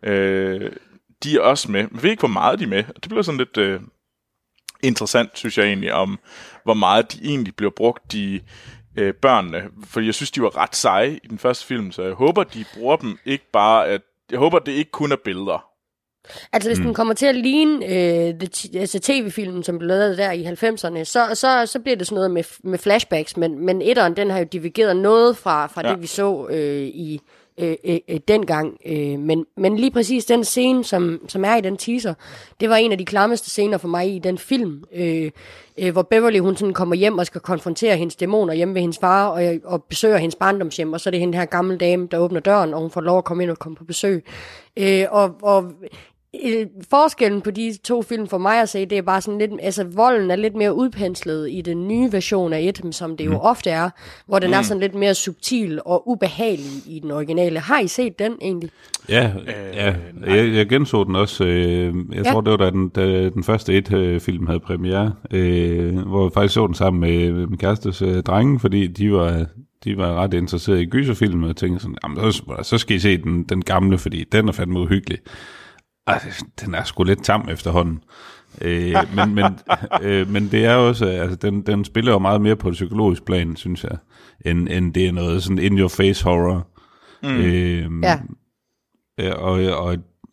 øh, de er også med. Vi ved ikke, hvor meget de er med. Det bliver sådan lidt øh, interessant, synes jeg egentlig, om hvor meget de egentlig bliver brugt, de øh, børnene. For jeg synes, de var ret seje i den første film, så jeg håber, de bruger dem ikke bare... At, jeg håber, det ikke kun er billeder. Altså, hvis mm. den kommer til at ligne øh, altså, tv-filmen, som blev lavet der i halvfemserne, så, så, så bliver det sådan noget med, med flashbacks, men, men etteren, den har jo divergeret noget fra, fra ja. det, vi så øh, i... Øh, øh, dengang, øh, men, men lige præcis den scene, som, som er i den teaser, det var en af de klammeste scener for mig i den film, øh, øh, hvor Beverly, hun sådan kommer hjem og skal konfrontere hendes dæmoner hjemme ved hendes far, og, og besøger hendes barndomshjem, og så er det hende her gamle dame, der åbner døren, og hun får lov at komme ind og komme på besøg. Øh, og, og øh, forskellen på de to film for mig at se, det er bare sådan lidt, altså volden er lidt mere udpenslet i den nye version af et, som det jo mm. ofte er, hvor den mm. er sådan lidt mere subtil og ubehagelig i den originale. Har I set den egentlig? Ja, ja. Jeg, jeg genså den også. Jeg ja. tror, det var da den, da den første et-film havde premiere, hvor jeg faktisk så den sammen med min kærestes drenge, fordi de var... De var ret interesserede i gyserfilm, og tænkte sådan, jamen, så, så skal I se den, den gamle, fordi den er fandme uhyggelig. Ej, den er sgu lidt tam efterhånden. Øh, men, men, øh, men det er også, altså den, den spiller jo meget mere på et psykologisk plan, synes jeg, end, end det er noget sådan in-your-face horror. Mm. Øh, ja. Og, og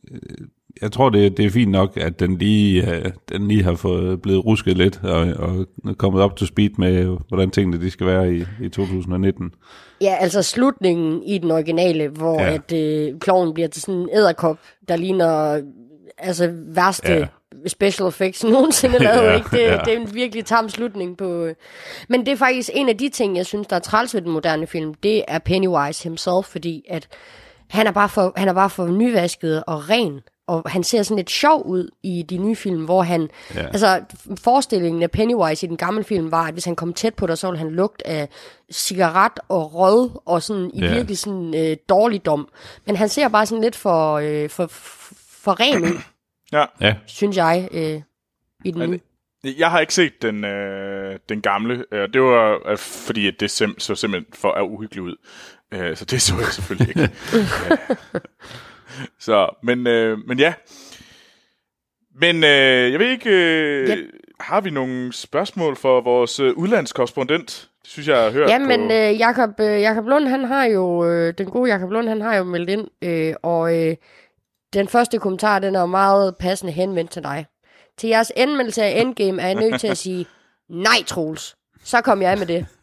jeg tror, det, det er fint nok, at den lige, den lige har fået blevet rusket lidt, og, og kommet op til speed med, hvordan tingene de skal være i, i to tusind nitten. Ja, altså slutningen i den originale, hvor ja. at øh, klovnen bliver til sådan en edderkop, der ligner altså værste ja. special effects nogensinde lavet, ja, ikke? Det, ja. det er en virkelig tam slutning på... Men det er faktisk en af de ting, jeg synes, der er træls ved den moderne film, det er Pennywise himself, fordi at han er bare for, han er bare for nyvasket og ren, og han ser sådan lidt sjov ud i de nye film, hvor han... Ja. Altså, forestillingen af Pennywise i den gamle film var, at hvis han kom tæt på dig, så ville han lugte af cigaret og rød, og sådan i ja. virkelig sådan øh, dårligdom. Men han ser bare sådan lidt for, øh, for, for ren ud, ja. ja. synes jeg, øh, i den nye. Jeg har ikke set den, øh, den gamle. Øh, det var øh, fordi, at det sim- så simpelthen for er uhyggeligt ud. Øh, så det så jeg selvfølgelig ikke. ja. Så, men, øh, men ja. Men øh, jeg ved ikke, øh, ja. har vi nogle spørgsmål for vores øh, udlandskorrespondent? Det synes jeg, jeg har hørt. Ja, men øh, Jakob, øh, Jakob Lund, han har jo, øh, den gode Jakob Lund, han har jo meldt ind, øh, og øh, den første kommentar, den er jo meget passende henvendt til dig. Til jeres anmeldelse af Endgame er jeg nødt til at sige, nej, Troels. Så kom jeg med det.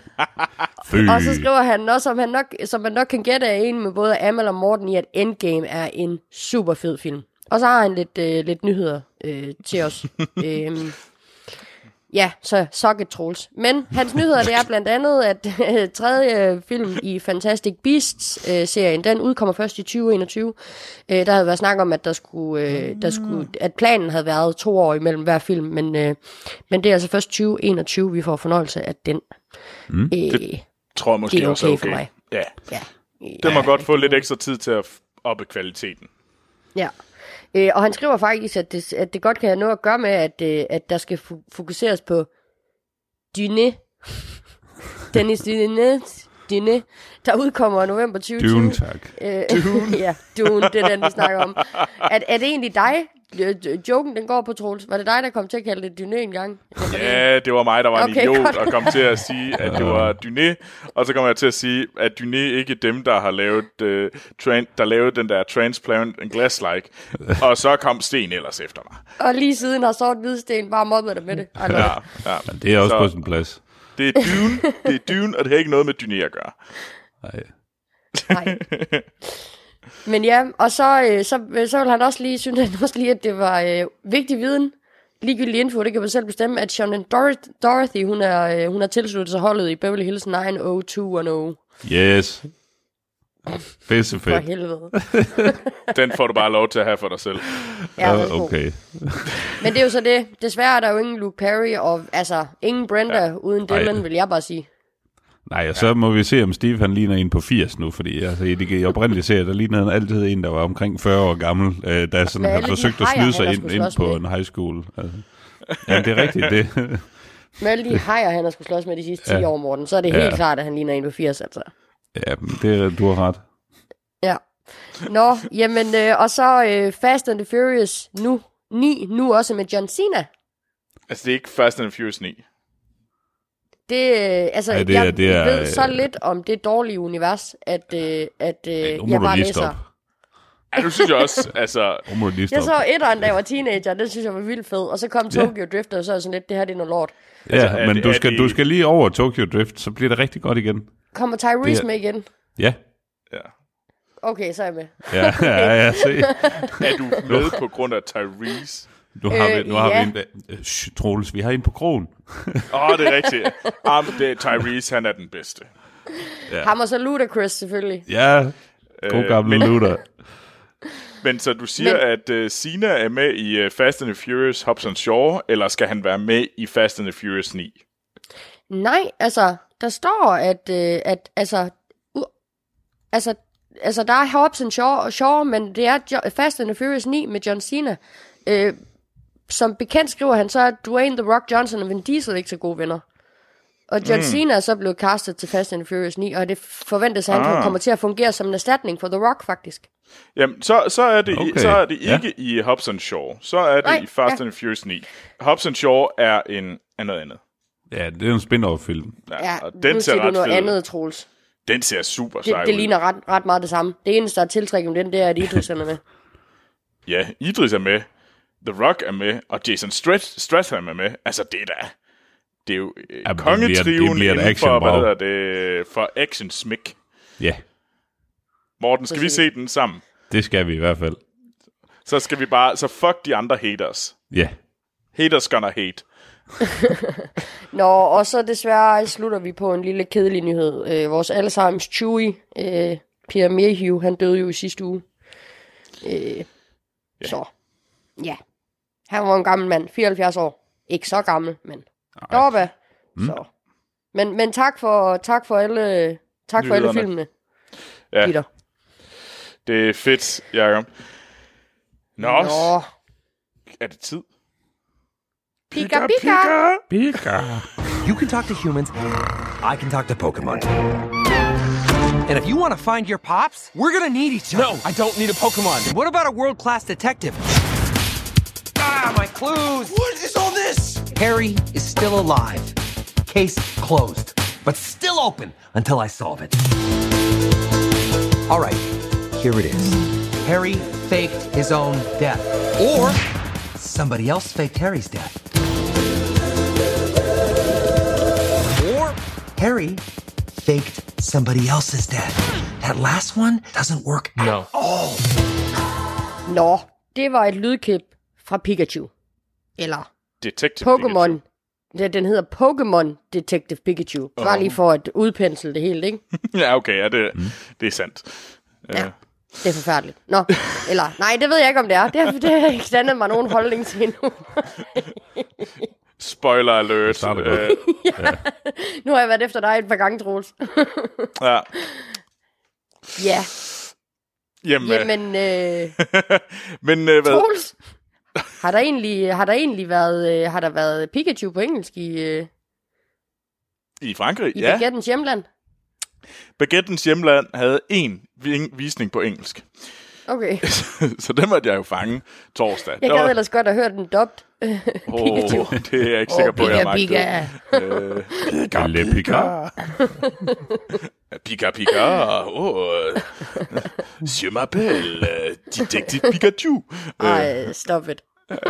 Og så skriver han også, som, han nok, som man nok kan gætte, er enig med både Amal og Morten i, at Endgame er en super fed film. Og så har han lidt, øh, lidt nyheder øh, til os. øhm, ja, så suck it, Troels. Men hans nyheder, det er blandt andet, at øh, tredje film i Fantastic Beasts-serien, øh, den udkommer først i tyve enogtyve. Øh, der havde været snak om, at, der skulle, øh, der skulle, at planen havde været to år imellem hver film, men, øh, men det er altså først tyve enogtyve, vi får fornøjelse af den. Mm. Øh, det tror jeg måske det er okay også er okay. For mig. Ja. ja. Det må ja, godt få lidt ekstra tid til at oppe kvaliteten. Ja. Øh, og han skriver faktisk, at det, at det godt kan have noget at gøre med, at, øh, at der skal fu- fokuseres på Dune. Dennis Dune, Dune, der udkommer i november tyve tyve. Dune, tak. Øh, Dune. ja, Dune, det er den, vi snakker om. Er, er det egentlig dig, joken, den går på, Troels. Var det dig, der kom til at kalde det Dyné engang? Ja, det var mig, der var en okay, idiot, godt. Og kom til at sige, at det var Dyné. Og så kom jeg til at sige, at Dyné ikke er dem, der har lavet, uh, tran- der lavede den der Transplant and Glass-like. Og så kom Sten ellers efter mig. Og lige siden har Sort Hvidsten bare mobbet dig med det. Ja, ja. Men det er også så, på sin plads. Det er Dune, det er Dune, og det har ikke noget med Dyné at gøre. Nej. Nej. Men ja, og så, øh, så, så vil han også lige, synes han også lige, at det var øh, vigtig viden, ligegyldig info, det kan man selv bestemme, at Shannon Dor- Dorothy, hun er, øh, hun har tilsluttet sig holdet i Beverly Hills nine oh two one oh. Yes. Pisse fedt. For helvede. Den får du bare lov til at have for dig selv. Ja, uh, okay. Men det er jo så det. Desværre er der jo ingen Luke Perry, og altså ingen Brenda ja. uden Dylan, Ej. vil jeg bare sige. Nej, og så ja. må vi se, om Steve han ligner en på firs nu, fordi altså, i de oprindelige serier, der ligner han altid en, der var omkring fyrre år gammel, øh, der sådan har forsøgt at snyde sig ind, ind på med. en high school. Altså. Ja, det er rigtigt, det. Med alle de hajer, han har skulle slås med de sidste ti ja. år, Morten, så er det helt ja. klart, at han ligner en på firs, altså. Ja, det, du har ret. Ja. Nå, jamen, øh, og så øh, Fast and the Furious nu, ni, nu også med John Cena. Altså, det er ikke Fast and the Furious ni. Det, øh, altså, ja, det er, jeg det er, ved så lidt om det dårlige univers, at, øh, at øh, jeg bare læser. Ja, du synes jeg også, altså... Jeg så etteren, da jeg var teenager, det synes jeg var vildt fed, og så kom Tokyo ja. Drift, og så er sådan lidt, det her det er noget lort. Ja, altså, men det, du, skal, det... du skal lige over Tokyo Drift, så bliver det rigtig godt igen. Kommer Tyrese er... med igen? Ja. Ja. Okay, så er jeg med. Ja, ja, ja, se. Er du med på grund af Tyrese? Nu har øh, vi, nu har ja. vi en... Øh, Troels, vi har en på krogen. Åh, oh, det er rigtigt. Um, det er Tyrese, han er den bedste. Ja. Ham og så Ludacris, selvfølgelig. Ja, god gamle øh, Luda. Men så du siger, men, at uh, Cena er med i uh, Fast and the Furious Hobbs and Shaw, eller skal han være med i Fast and the Furious ni? Nej, altså, der står, at, uh, at altså, uh, altså, altså, der er Hobbs and Shaw, Shaw, men det er jo- Fast and the Furious ni med John Cena. Uh, som bekendt skriver han så, at Dwayne The Rock Johnson og Vin Diesel ikke så gode venner. Og John mm. Cena er så blevet castet til Fast and the Furious ni, og det forventes, at han ah. kommer til at fungere som en erstatning for The Rock, faktisk. Jamen, så, så er det, okay. så er det ikke ja. i Hobbs and Shaw. Så er det Nej, i Fast ja. and the Furious ni. Hobbs and Shaw er en er noget andet. Ja, det er en spin-off-film. Ja, ja og den nu ser siger du noget fed. andet, Troels. Den ser super sej ud. Det ligner ret, ret meget det samme. Det eneste, der er tiltrækket om den, det er, at Idris er med. Ja, Idris er med. The Rock er med, og Jason Strat- Statham er med. Altså, det er da... Det er jo ja, kongetriven inden for, hvad hedder det, for action-smik. Ja. Yeah. Morten, skal vi se den sammen? Det skal vi i hvert fald. Så skal vi bare... Så fuck de andre haters. Ja. Yeah. Haters gonna hate. Nå, og så desværre slutter vi på en lille kedelig nyhed. Øh, vores allesammens Chewie, øh, Pierre Mayhew, han døde jo i sidste uge. Øh, yeah. Så... Ja, han var en gammel mand, fireoghalvfjerds år. Ikke så gammel, men deroppe. Mm. Så. Men, men tak for tak for alle tak for alle filmene. Ja. Peter. Det er fedt, Jacob. Nå. Nå. Er det tid? Pika, pika. Pika. You can talk to humans. I can talk to Pokemon. And if you want to find your pops, we're gonna need each other. No, I don't need a Pokemon. What about a world-class detective? Ah, my clues! What is all this? Harry is still alive. Case closed. But still open until I solve it. All right, here it is. Harry faked his own death. Or somebody else faked Harry's death. Or Harry faked somebody else's death. That last one doesn't work no. at all. Nå, det var et lydklip fra Pikachu. Eller Detective Pokémon. Det, den hedder Pokémon Detective Pikachu. Uh-huh. Bare lige for at udpensle det hele, ikke? Ja, okay, ja, det, mm. det er sandt. Ja, uh. det er forfærdeligt. Nå, eller, nej, det ved jeg ikke, om det er. Det har det er ikke dannet mig nogen holdning til endnu. Spoiler alert. Uh. ja. Nu har jeg været efter dig et par gange, Troels. ja. Ja. Jamen, Jamen øh... Men, øh, hvad? Troels, har der egentlig, har der egentlig været, øh, har der været Pikachu på engelsk i... Øh... I Frankrig, I ja. I Baguettens hjemland? Baguettens hjemland havde én visning på engelsk. Okay. Så den måtte jeg jo fange torsdag. Jeg gad ellers godt have hørt den dubt. Åh, oh, det er jeg ikke sikker på, oh, jeg magter. Pika, pika. Pika, pika. Åh, je m'appelle Detective Pikachu. Ej, stop it.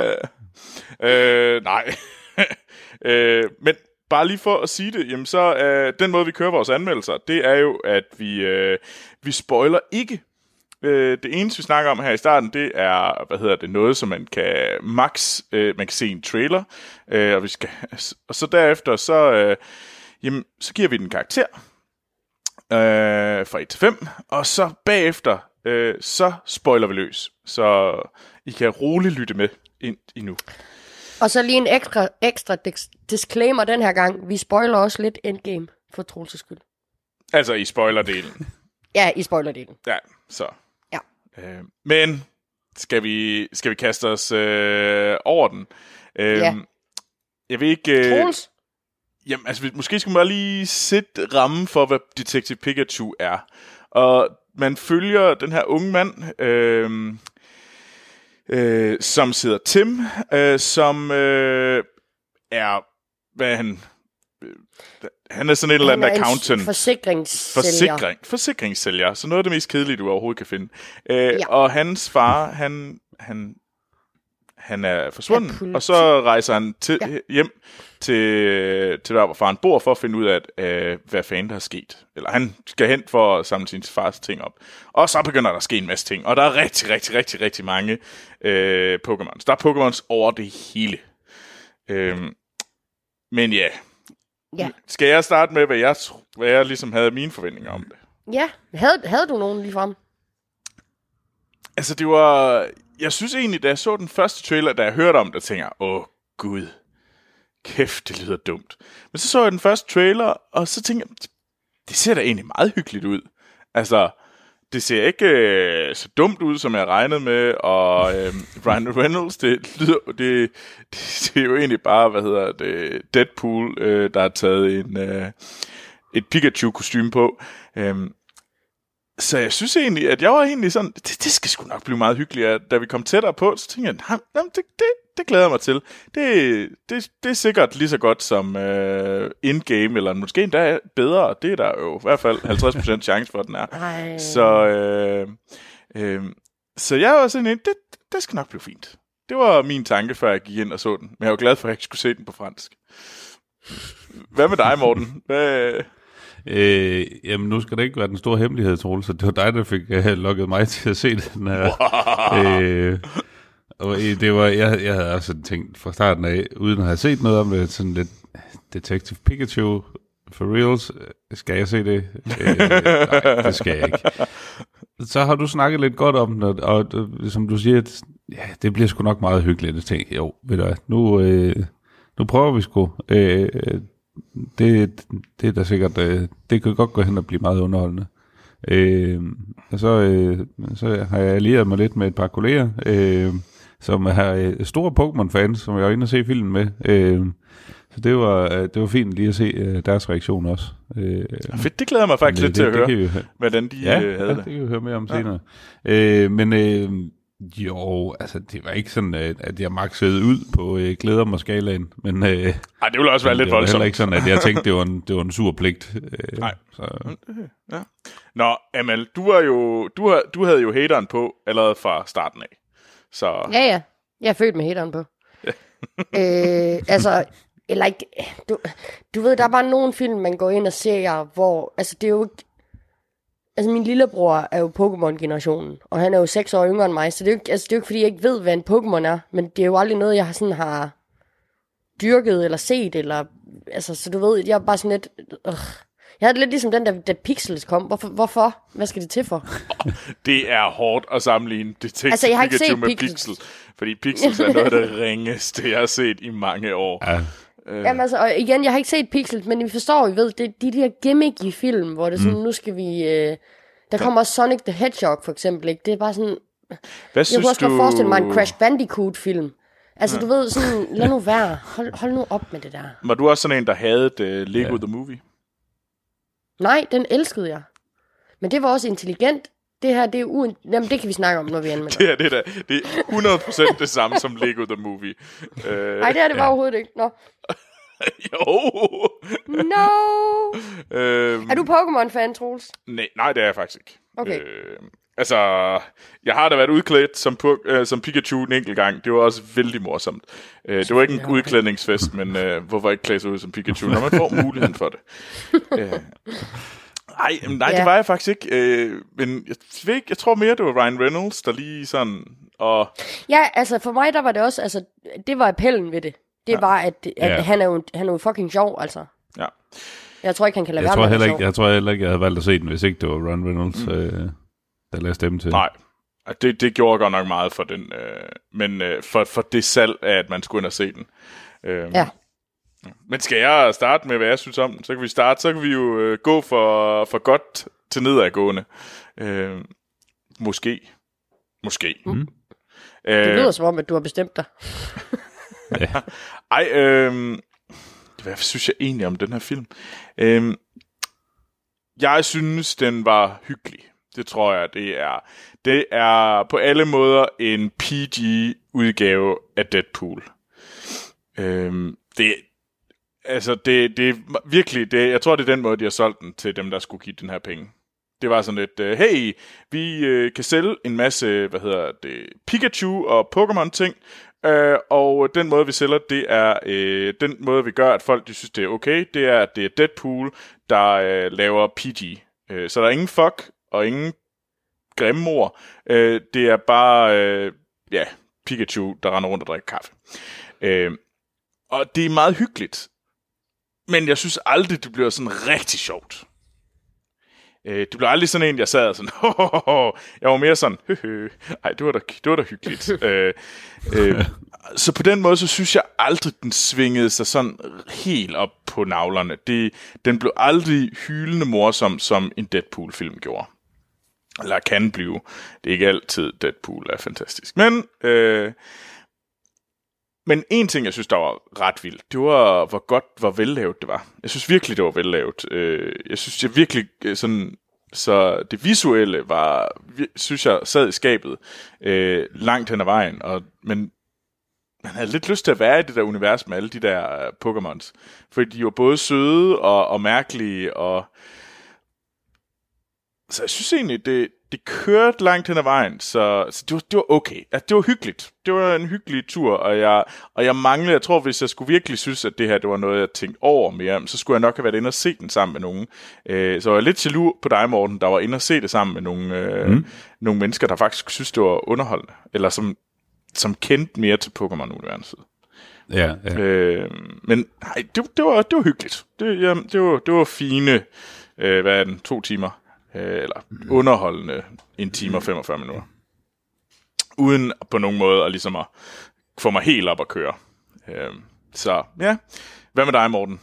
øh, nej. øh, men bare lige for at sige det, jamen så øh, den måde, vi kører vores anmeldelser, det er jo, at vi, øh, vi spoiler ikke. Øh, det eneste, vi snakker om her i starten, det er, hvad hedder det, noget, som man kan max, øh, man kan se i en trailer, øh, og, vi skal, og så derefter, så, øh, jamen, så giver vi den karakter øh, fra et til fem, og så bagefter, øh, så spoiler vi løs, så I kan roligt lytte med ind endnu. Og så lige en ekstra, ekstra disclaimer den her gang. Vi spoiler også lidt Endgame, for Troelses skyld. Altså i spoilerdelen. Ja, i spoilerdelen. Ja, så. Ja. Øh, men skal vi, skal vi kaste os øh, over den? Øh, ja. Jeg ved ikke... Øh, Troels? Jamen, altså, måske skulle man bare lige sætte rammen for, hvad Detective Pikachu er. Og man følger den her unge mand... Øh, Øh, som sidder Tim, øh, som øh, er, hvad er han? Øh, han er sådan et eller andet accountant. Forsikringssælger. Forsikring, forsikringssælger, så noget af det mest kedelige, du overhovedet kan finde. Øh, ja. Og hans far, han, han, han er forsvundet, ja, og så rejser han til, ja. hjem til, til der, hvor faren bor, for at finde ud af, øh, hvad fanden der er sket. Eller han skal hen for at samle sin fars ting op. Og så begynder der at ske en masse ting. Og der er rigtig, rigtig, rigtig, rigtig mange øh, Pokémons. Der er Pokémons over det hele. Øhm, men ja. ja. Skal jeg starte med, hvad jeg, hvad jeg ligesom havde mine forventninger om det? Ja. Havde, havde du nogen lige frem? Altså, det var... Jeg synes egentlig, da jeg så den første trailer, da jeg hørte om det, tænker jeg, åh, gud. Kæft, det lyder dumt. Men så så jeg den første trailer, og så tænkte jeg, det ser da egentlig meget hyggeligt ud. Altså, det ser ikke øh, så dumt ud, som jeg regnede med, og øh, Ryan Reynolds, det lyder, det, det, det er jo egentlig bare, hvad hedder det, Deadpool, øh, der har taget en, øh, et Pikachu-kostyme på. Øh, Så jeg synes egentlig, at jeg var egentlig sådan, det, det skal sgu nok blive meget hyggeligt, at da vi kom tættere på, så tænkte jeg, jamen, det, det, det glæder jeg mig til. Det, det, det er sikkert lige så godt som uh, in-game, eller måske endda bedre. Det er der jo i hvert fald halvtreds procent chance for, at den er. Ej. Så, øh, øh, så jeg var sådan, det, det skal nok blive fint. Det var min tanke, før jeg gik ind og så den. Men jeg var glad for, at jeg ikke skulle se den på fransk. Hvad med dig, Morten? Hvad... Øh, jamen nu skal det ikke være den store hemmelighed, Troels, så det var dig, der fik uh, lukket mig til at se den her. Wow. Øh, og det var, jeg, jeg havde også tænkt fra starten af, uden at have set noget om det, sådan lidt Detective Pikachu for reals, skal jeg se det? Øh, nej, det skal jeg ikke. Så har du snakket lidt godt om det, og, og som du siger, at, ja, det bliver sgu nok meget hyggeligt. Jeg tænkte, jo, ved du hvad, nu, øh, nu prøver vi sgu. Øh, Det, det er da sikkert, øh, det kan godt gå hen og blive meget underholdende. Øh, og så, øh, så har jeg allieret mig lidt med et par kolleger, øh, som er øh, store Pokémon-fans, som jeg var inde og se filmen med. Øh, så det var, det var fint lige at se øh, deres reaktion også. Øh, Fedt, det glæder mig faktisk lidt til at høre, hvordan de ja, øh, havde ja, det. det kan vi høre mere om ja. senere. Øh, men... Øh, Jo, altså det var ikke sådan, at jeg maxede ud på øh, glæder mig skalaen, men... Øh, Ej, det ville også være lidt voldsomt. Det var heller ikke sådan, at jeg tænkte, det var en, det var en sur pligt. Øh, Nej. Så. Ja. Nå, Amal, du, var jo, du, har, du havde jo hateren på allerede fra starten af. Så... Ja, ja. Jeg er født med hateren på. øh, altså, eller ikke... Du, du ved, der er bare nogle film, man går ind og ser, hvor... Altså, det er jo ikke... Altså, min lillebror er jo Pokémon-generationen, og han er jo seks år yngre end mig, så det er jo ikke, altså, det er jo ikke fordi, jeg ikke ved, hvad en Pokémon er, men det er jo aldrig noget, jeg sådan har dyrket eller set, eller, altså, så du ved, jeg er bare sådan lidt, øh. Jeg havde det lidt ligesom den, der, da Pixels kom. Hvorfor? Hvorfor? Hvad skal det til for? Det er hårdt at sammenligne det til altså, jeg har ikke Pikachu set med Pixels. Pixel, fordi Pixels er noget af det ringeste, jeg har set i mange år. Ja. Øh. Jamen altså, og igen, jeg har ikke set Pixels, men vi forstår, I ved, det er de der gimmicky film, hvor det er sådan, mm. nu skal vi... Øh, der kommer også Sonic the Hedgehog, for eksempel, ikke? Det er bare sådan... Hvad jeg kunne også du... godt forestille mig en Crash Bandicoot-film. Altså, ja. Du ved, sådan, lad nu være. Hold, hold nu op med det der. Var du også sådan en, der havde uh, Lego ja. The Movie? Nej, den elskede jeg. Men det var også intelligent det her, det er uden... Jamen, det kan vi snakke om, når vi anmelder. Det her, det er, da, det er hundrede procent det samme som Lego The Movie. Nej, uh, det er det bare ja. overhovedet ikke. Nå. Jo. No. øhm, er du Pokémon-fan, Troels? Nej, nej, det er jeg faktisk ikke. Okay. Øh, altså, jeg har da været udklædt som, øh, som Pikachu en enkelt gang. Det var også vældig morsomt. Øh, det var ikke en ja, okay. udklædningsfest, men øh, hvorfor ikke klæde sig ud som Pikachu, når man får muligheden for det? øh. Ej, nej, ja. det var jeg faktisk ikke. Øh, men jeg, ved ikke, jeg tror mere, det var Ryan Reynolds, der lige sådan... Og... Ja, altså for mig, der var det også... Altså, det var appellen ved det. Det ja. var, at, at ja. han, er jo, han er jo fucking sjov, altså. Ja. Jeg tror ikke, han kan lade jeg være tror med ikke, Jeg tror heller ikke, jeg havde valgt at se den, hvis ikke det var Ryan Reynolds, mm. øh, der lagde stemme til. Nej, det, det gjorde godt nok meget for den. Øh, men øh, for, for det salg af, at man skulle ind og se den. Øh, ja. Men skal jeg starte med, hvad jeg synes om den? Så kan vi starte, så kan vi jo øh, gå for, for godt til nedadgående. Øh, måske. Måske. Mm. Øh, det lyder som om, at du har bestemt dig. ja. Ej, øh, hvad synes jeg egentlig om den her film? Øh, jeg synes, den var hyggelig. Det tror jeg, det er. Det er på alle måder en P G-udgave af Deadpool. Øh, det Altså, det, det er virkelig, det, jeg tror, det er den måde, de har solgt den til dem, der skulle give den her penge. Det var sådan lidt, uh, hey, vi uh, kan sælge en masse, hvad hedder det, Pikachu og Pokémon-ting, uh, og den måde, vi sælger, det er, uh, den måde, vi gør, at folk, de synes, det er okay, det er, at det er Deadpool, der uh, laver P G. Uh, så der er ingen fuck og ingen grimme ord. Uh, det er bare, uh, ja, Pikachu, der render rundt og drikker kaffe. Uh, og det er meget hyggeligt. Men jeg synes aldrig, det bliver sådan rigtig sjovt. Øh, det blev aldrig sådan en, jeg sad sådan, ho, ho, ho. Jeg var mere sådan, hø, hø. Ej, det var da, det var da hyggeligt. øh, øh, så på den måde, så synes jeg aldrig, den svingede sig sådan helt op på navlerne. Det, den blev aldrig hylende morsom, som en Deadpool-film gjorde. Eller kan blive. Det er ikke altid, Deadpool er fantastisk. Men... Øh, Men en ting, jeg synes, der var ret vildt, det var, hvor godt, hvor vellavet det var. Jeg synes virkelig, det var vellavet. Jeg synes, jeg virkelig sådan, så det visuelle var, synes jeg, sad i skabet øh, langt hen ad vejen. Og, men man havde lidt lyst til at være i det der univers med alle de der Pokémons. Fordi de var både søde og, og mærkelige. Og... Så jeg synes egentlig, det... Det kørte langt hen ad vejen, så, så det, var, det var okay. Altså, det var hyggeligt. Det var en hyggelig tur, og jeg, og jeg manglede, jeg tror, hvis jeg skulle virkelig synes, at det her det var noget, jeg tænkte over mere, så skulle jeg nok have været inde og se den sammen med nogen. Øh, så jeg var lidt jaloux på dig, Morten, der var inde og se det sammen med nogle, øh, mm. nogle mennesker, der faktisk synes, det var underholdende, eller som, som kendte mere til Pokémon-universet. Ja, ja. Øh, men nej, det, det, var, det var hyggeligt. Det, ja, det, var, det var fine, øh, hvad er den, to timer. Eller underholdende en time og femogfyrre minutter. Uden på nogen måde at ligesom at få mig helt op at køre. Så ja. Hvad med dig, Morten?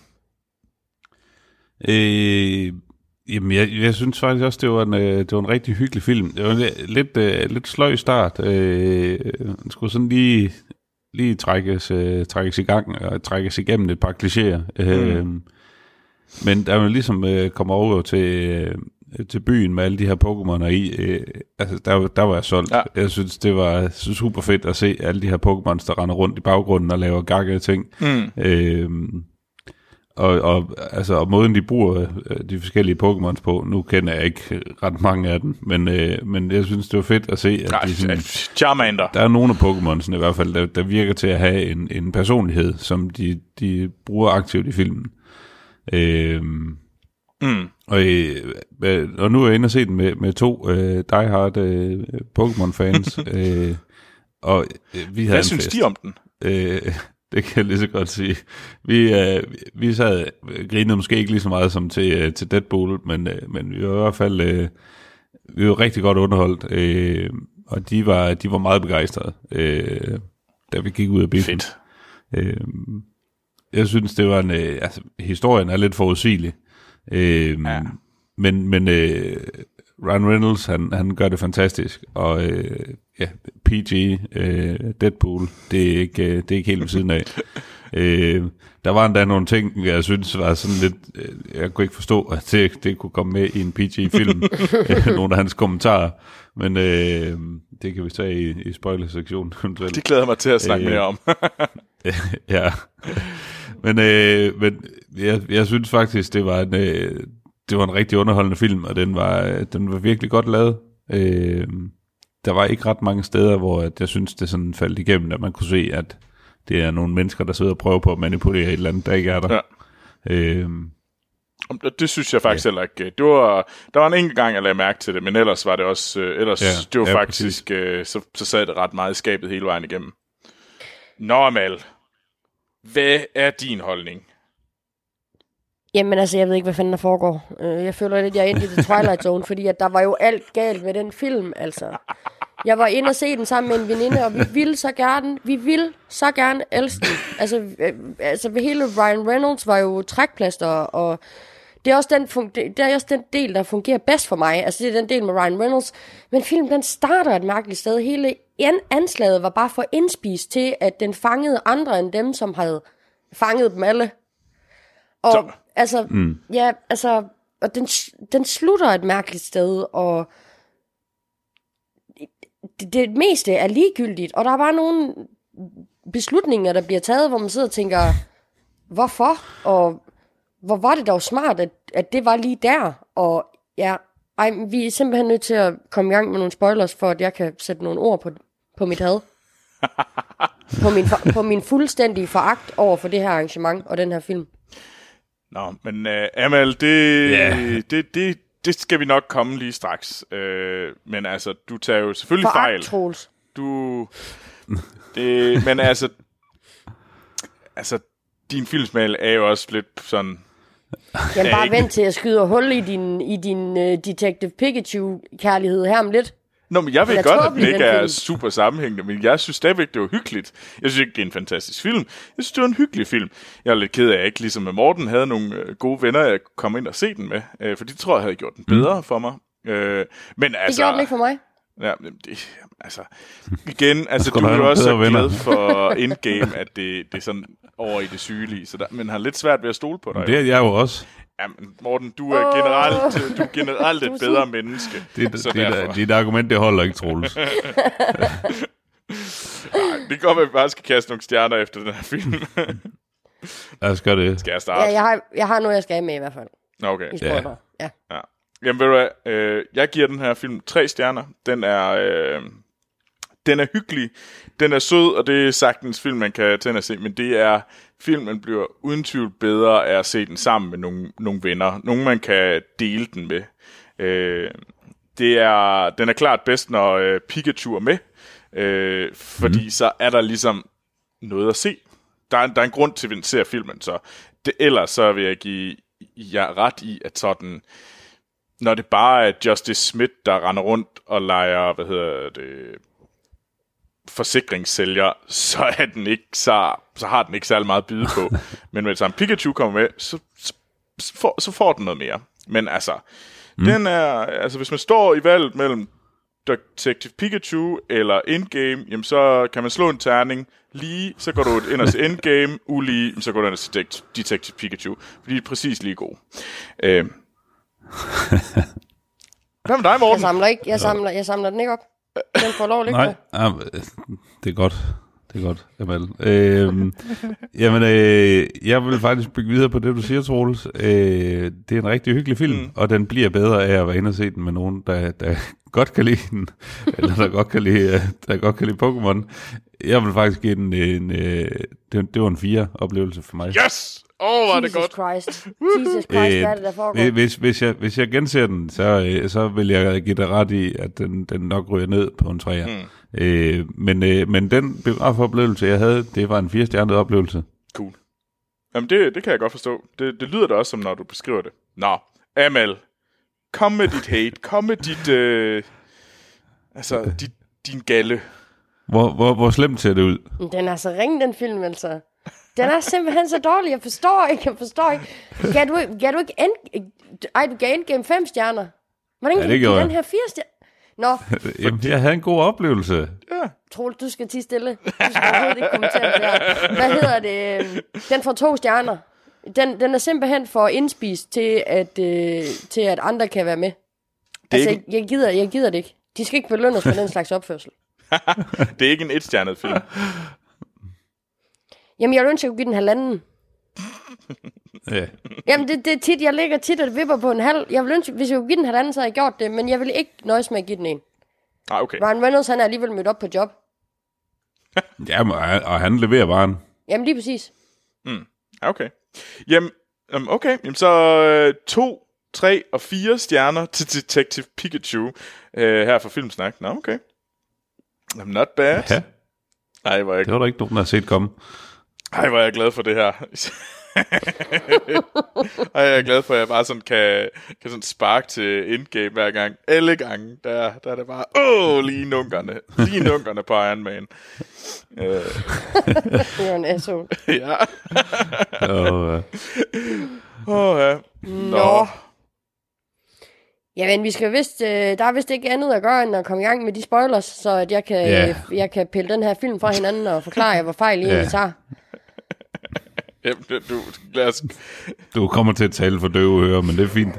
Øh, jamen, jeg, jeg synes faktisk også, det var en, det var en rigtig hyggelig film. Det var en lidt, uh, lidt sløj start. Øh, den skulle sådan lige, lige trækkes, uh, trækkes i gang og trækkes igennem et par klichéer. Mm. Øh, men der var ligesom uh, kommer over til... Uh, til byen med alle de her Pokémoner i, øh, altså der, der var jeg solgt. Ja. Jeg synes, det var super fedt at se alle de her Pokémons, der render rundt i baggrunden og laver gakkede ting. Mm. Øh, og, og, altså, og måden, de bruger de forskellige Pokémons på, nu kender jeg ikke ret mange af dem, men, øh, men jeg synes, det var fedt at se, at ja, de sådan, Charmander. Der er nogle af Pokémon'sene i hvert fald, der, der virker til at have en, en personlighed, som de, de bruger aktivt i filmen. Øh, Mm. Og, øh, og nu er jeg inde og se den med, med to øh, diehard øh, Pokémon-fans. øh, og, øh, vi Hvad synes fest. de om den? Øh, det kan jeg lige så godt sige. Vi, øh, vi sad grinede måske ikke lige så meget som til, øh, til Deadpool, men, øh, men vi var i hvert fald øh, vi var rigtig godt underholdt. Øh, og de var, de var meget begejstrede, øh, da vi gik ud af biffen. Fedt. Øh, jeg synes, det var en... Øh, altså, historien er lidt forudsigelig. Øh, ja. Men, men øh, Ryan Reynolds, han, han gør det fantastisk, og øh, ja, P G, øh, Deadpool, det er ikke, det er ikke helt ved siden af. Øh, der var endda nogle ting, jeg synes var sådan lidt... Jeg kunne ikke forstå, at det, det kunne komme med i en P G-film. Nogle af hans kommentarer. Men øh, det kan vi tage i, i spoiler-sektionen. Det glæder mig til at snakke øh, mere om. Ja. Men, øh, men jeg, jeg synes faktisk, det var en... Øh, det var en rigtig underholdende film, og den var, den var virkelig godt lavet. Øh, der var ikke ret mange steder, hvor jeg synes, det sådan faldt igennem, at man kunne se, at det er nogle mennesker, der sidder og prøver på at manipulere et eller andet, der ikke er der. Ja. Øh, det synes jeg faktisk ja. heller ikke. Det var, der var en enkelt gang, jeg lagde mærke til det, men ellers var det også, øh, ellers, ja, det var ja, faktisk, øh, så, så sad det ret meget i skabet hele vejen igennem. Nå, Amal, hvad er din holdning? Jamen altså, jeg ved ikke, hvad fanden der foregår. Jeg føler lidt, jeg er inde i The Twilight Zone, fordi at der var jo alt galt med den film, altså. Jeg var inde og se den sammen med en veninde, og vi ville så gerne, vi ville så gerne elske den. Altså, altså hele Ryan Reynolds var jo trækplaster, og det er, også den fun- det er også den del, der fungerer bedst for mig. Altså, det er den del med Ryan Reynolds. Men filmen, den starter et mærkeligt sted. Hele anslaget var bare for indspist til, at den fangede andre end dem, som havde fanget dem alle. Og så. altså, mm. ja, altså, og den, den slutter et mærkeligt sted, og det, det meste er ligegyldigt, og der er bare nogle beslutninger, der bliver taget, hvor man sidder og tænker, hvorfor, og hvor var det dog smart, at, at det var lige der, og ja, ej, vi er simpelthen nødt til at komme i gang med nogle spoilers, for at jeg kan sætte nogle ord på, på mit had. på, min, på min fuldstændige foragt over for det her arrangement og den her film. Nå, men uh, Amal, det, yeah. det, det, det skal vi nok komme lige straks. Uh, men altså, du tager jo selvfølgelig Foragt, fejl. Troels. Du, det, men altså, altså, din filmsmag er jo også lidt sådan... Jamen bare vent til at skyde hul i din, i din uh, Detective Pikachu-kærlighed her om lidt. Nå, men jeg ved godt, at det ikke er super sammenhængende, men jeg synes stadigvæk, det var hyggeligt. Jeg synes ikke, det er en fantastisk film. Jeg synes, det var en hyggelig film. Jeg er lidt ked af, at jeg ikke, ligesom med Morten, havde nogle gode venner, jeg kom ind og se den med. Øh, for de tror jeg havde gjort den bedre mm. for mig. Øh, men altså, det gjorde den ikke for mig. Ja, det, altså, igen, altså, du er jo også så glad for Endgame, at det, det er sådan over i det sygelige, så der, men har lidt svært ved at stole på dig. Det er jeg jo også. Jamen, Morten, du er generelt, oh. du er generelt et bedre menneske. Det, det, det, dit argument, det holder ikke, Troels. Nej, det går, at vi bare skal kaste nogle stjerner efter den her film. Lad os gøre det. Skal jeg starte? Ja, jeg har, jeg har noget, jeg skal have med i hvert fald. Okay. Ja. Ja. Ja. Jamen, ved du hvad, øh, jeg giver den her film tre stjerner. Den er, øh, den er hyggelig, den er sød, og det er sagtens film, man kan tænde at se, men det er film, man bliver uden tvivl bedre af at se den sammen med nogle, nogle venner. Nogle, man kan dele den med. Øh, det er, den er klart bedst, når øh, Pikachu er med, øh, fordi mm. så er der ligesom noget at se. Der er, der er en grund til, at vi ser filmen, så det, ellers så vil jeg give jer ret i, at sådan... Når det bare er Justice Smith, der render rundt og leger, hvad hedder det, forsikringssælger, så er den ikke så, så har den ikke særlig meget at byde på. Men hvis en Pikachu kommer med, så, så, får, så får den noget mere. Men altså, mm. den er, altså hvis man står i valget mellem Detective Pikachu eller Endgame, jamen så kan man slå en terning. Lige, så går du ind og til Endgame. Ulige, så går du ind og til Detective Pikachu. Fordi de er præcis lige gode. Øh, Hvad med dig, Morten? Jeg samler ikke, jeg samler, jeg samler den ikke op. Den får lov at ligge. Nej, ja, det er godt. Det er godt, Amal. Øhm, jamen, øh, jeg vil faktisk bygge videre på det, du siger, Troels. Øh, det er en rigtig hyggelig film, mm. og den bliver bedre af at være inde og se den med nogen, der, der godt kan lide den, eller der godt kan lide, der godt kan lide Pokémon. Jeg vil faktisk give den en, øh, det, det var en fire oplevelse for mig. Yes! Åh, oh, var det godt. Christ. Jesus Christ, hvad er det, der foregår? Hvis, hvis, jeg, hvis jeg genser den, så, så vil jeg give dig ret i, at den, den nok ryger ned på en træer. Mm. Øh, men, øh, men den biografoplevelse, jeg havde, det var en fire-stjernet oplevelse. Cool. Jamen, det, det kan jeg godt forstå. Det, det lyder da også, som når du beskriver det. Nå, Amal, kom med dit hate. Kom med dit, øh, altså, dit, din galle. Hvor, hvor, hvor slemt ser det ud? Den er så ringe, den film, altså. Den er simpelthen så dårlig. Jeg forstår ikke, jeg forstår ikke. Gav du, gav du ikke end... Ej, du gav Endgame fem stjerner. Hvordan ja, kan du give den her fire stjerner? Nå. Jamen, jeg havde en god oplevelse. Ja, Troels, du skal tige stille. Du skal overhovedet ikke kommentere det der. Hvad hedder det? Den får to stjerner. Den, den er simpelthen for indspist til, at, øh, til at andre kan være med. Altså, ikke... jeg, jeg, gider, jeg gider det ikke. De skal ikke belønnes for den slags opførsel. Det er ikke en et-stjernet film. Jamen, jeg vil ønske, at jeg kunne give den halvanden. Ja. Jamen, det, det er tit, jeg ligger tit og vipper på en halv. Jeg vil ønske, hvis jeg kunne give den halvanden, så havde jeg gjort det, men jeg vil ikke nøjes med at give den en. Ah, okay. Ryan Reynolds, han er alligevel mødt op på job. Jamen, og han leverer varen. Jamen, lige præcis. Mm. Okay. Jamen, okay. Jamen, så øh, to, tre og fire stjerner til Detective Pikachu øh, her fra Filmsnak. Nå, okay. I'm not bad. Ja. Ej, hvor jeg... Det var der ikke nogen, der har set komme. Ej, hvor er jeg glad for det her. Ej, jeg er glad for, at jeg bare sådan kan, kan sådan sparke til endgame hver gang. Alle gange, der, der er det bare, åh, lige nunkerne. Lige nunkerne på Iron Man. Øh. Det er en asshole. Ja. Åh, ja. Åh, ja. Nå. Nå. Jamen, vi skal vist, øh, der er vist ikke andet at gøre, end at komme i gang med de spoilers, så at jeg kan, yeah. øh, jeg kan pille den her film fra hinanden og forklare jer, hvor fejl I yeah. egentlig tager. Jamen, du, lad os... du kommer til at tale for døve ører, men det er fint.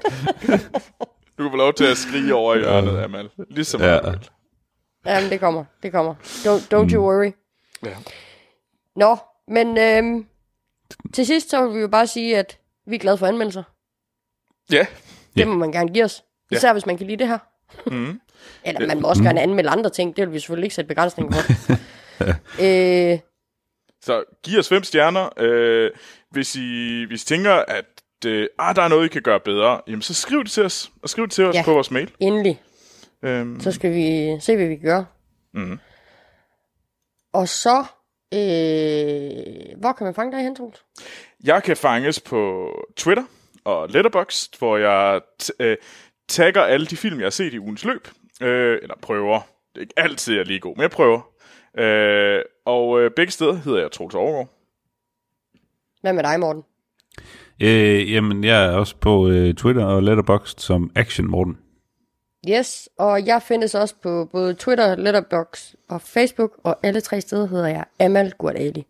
Du kan få lov til at skrige over i hjørnet, uh, Amal. Ligesom ja. Jamen, det kommer. Det kommer. Don't, don't mm. you worry. Ja. Nå, men øhm, til sidst så vil vi jo bare sige, at vi er glade for anmeldelser. Ja. Yeah. Det må man gerne give os. Især yeah. hvis man kan lide det her. Mm. Eller man må også mm. gerne anmelde andre ting. Det vil vi selvfølgelig ikke sætte begrænsninger på. øh, Så giv os fem stjerner. Øh, hvis, I, hvis I tænker, at øh, ah, der er noget, I kan gøre bedre, jamen så skriv det til os. Og skriv det til os ja, på vores mail. Endelig. Øhm. Så skal vi se, hvad vi kan gøre. Mm. Og så, øh, hvor kan man fange dig hen, Troels? Jeg kan fanges på Twitter og Letterboxd, hvor jeg t- øh, tagger alle de film, jeg har set i ugens løb. Øh, eller prøver. Det er ikke altid, jeg er lige god, men jeg prøver. Øh, og øh, begge steder hedder jeg Troels Overgaard. Hvad med dig, Morten? Øh, jamen, jeg er også på øh, Twitter og Letterboxd som Action Morten. Yes, og jeg findes også på både Twitter, Letterboxd og Facebook, og alle tre steder hedder jeg Amal Gurdali.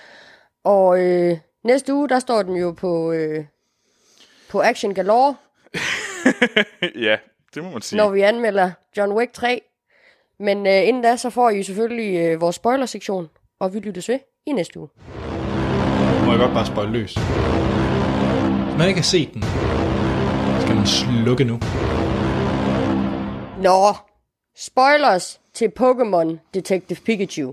Og øh, næste uge, der står den jo på, øh, på Action Galore. Ja, det må man sige. Når vi anmelder John Wick tre. Men øh, inden da, så får I selvfølgelig øh, vores spoiler-sektion, og vi lyttes ved i næste uge. Må jeg godt bare spoil løs? Hvis man ikke har set den, skal man slukke nu. Nå, spoilers til Pokémon Detective Pikachu.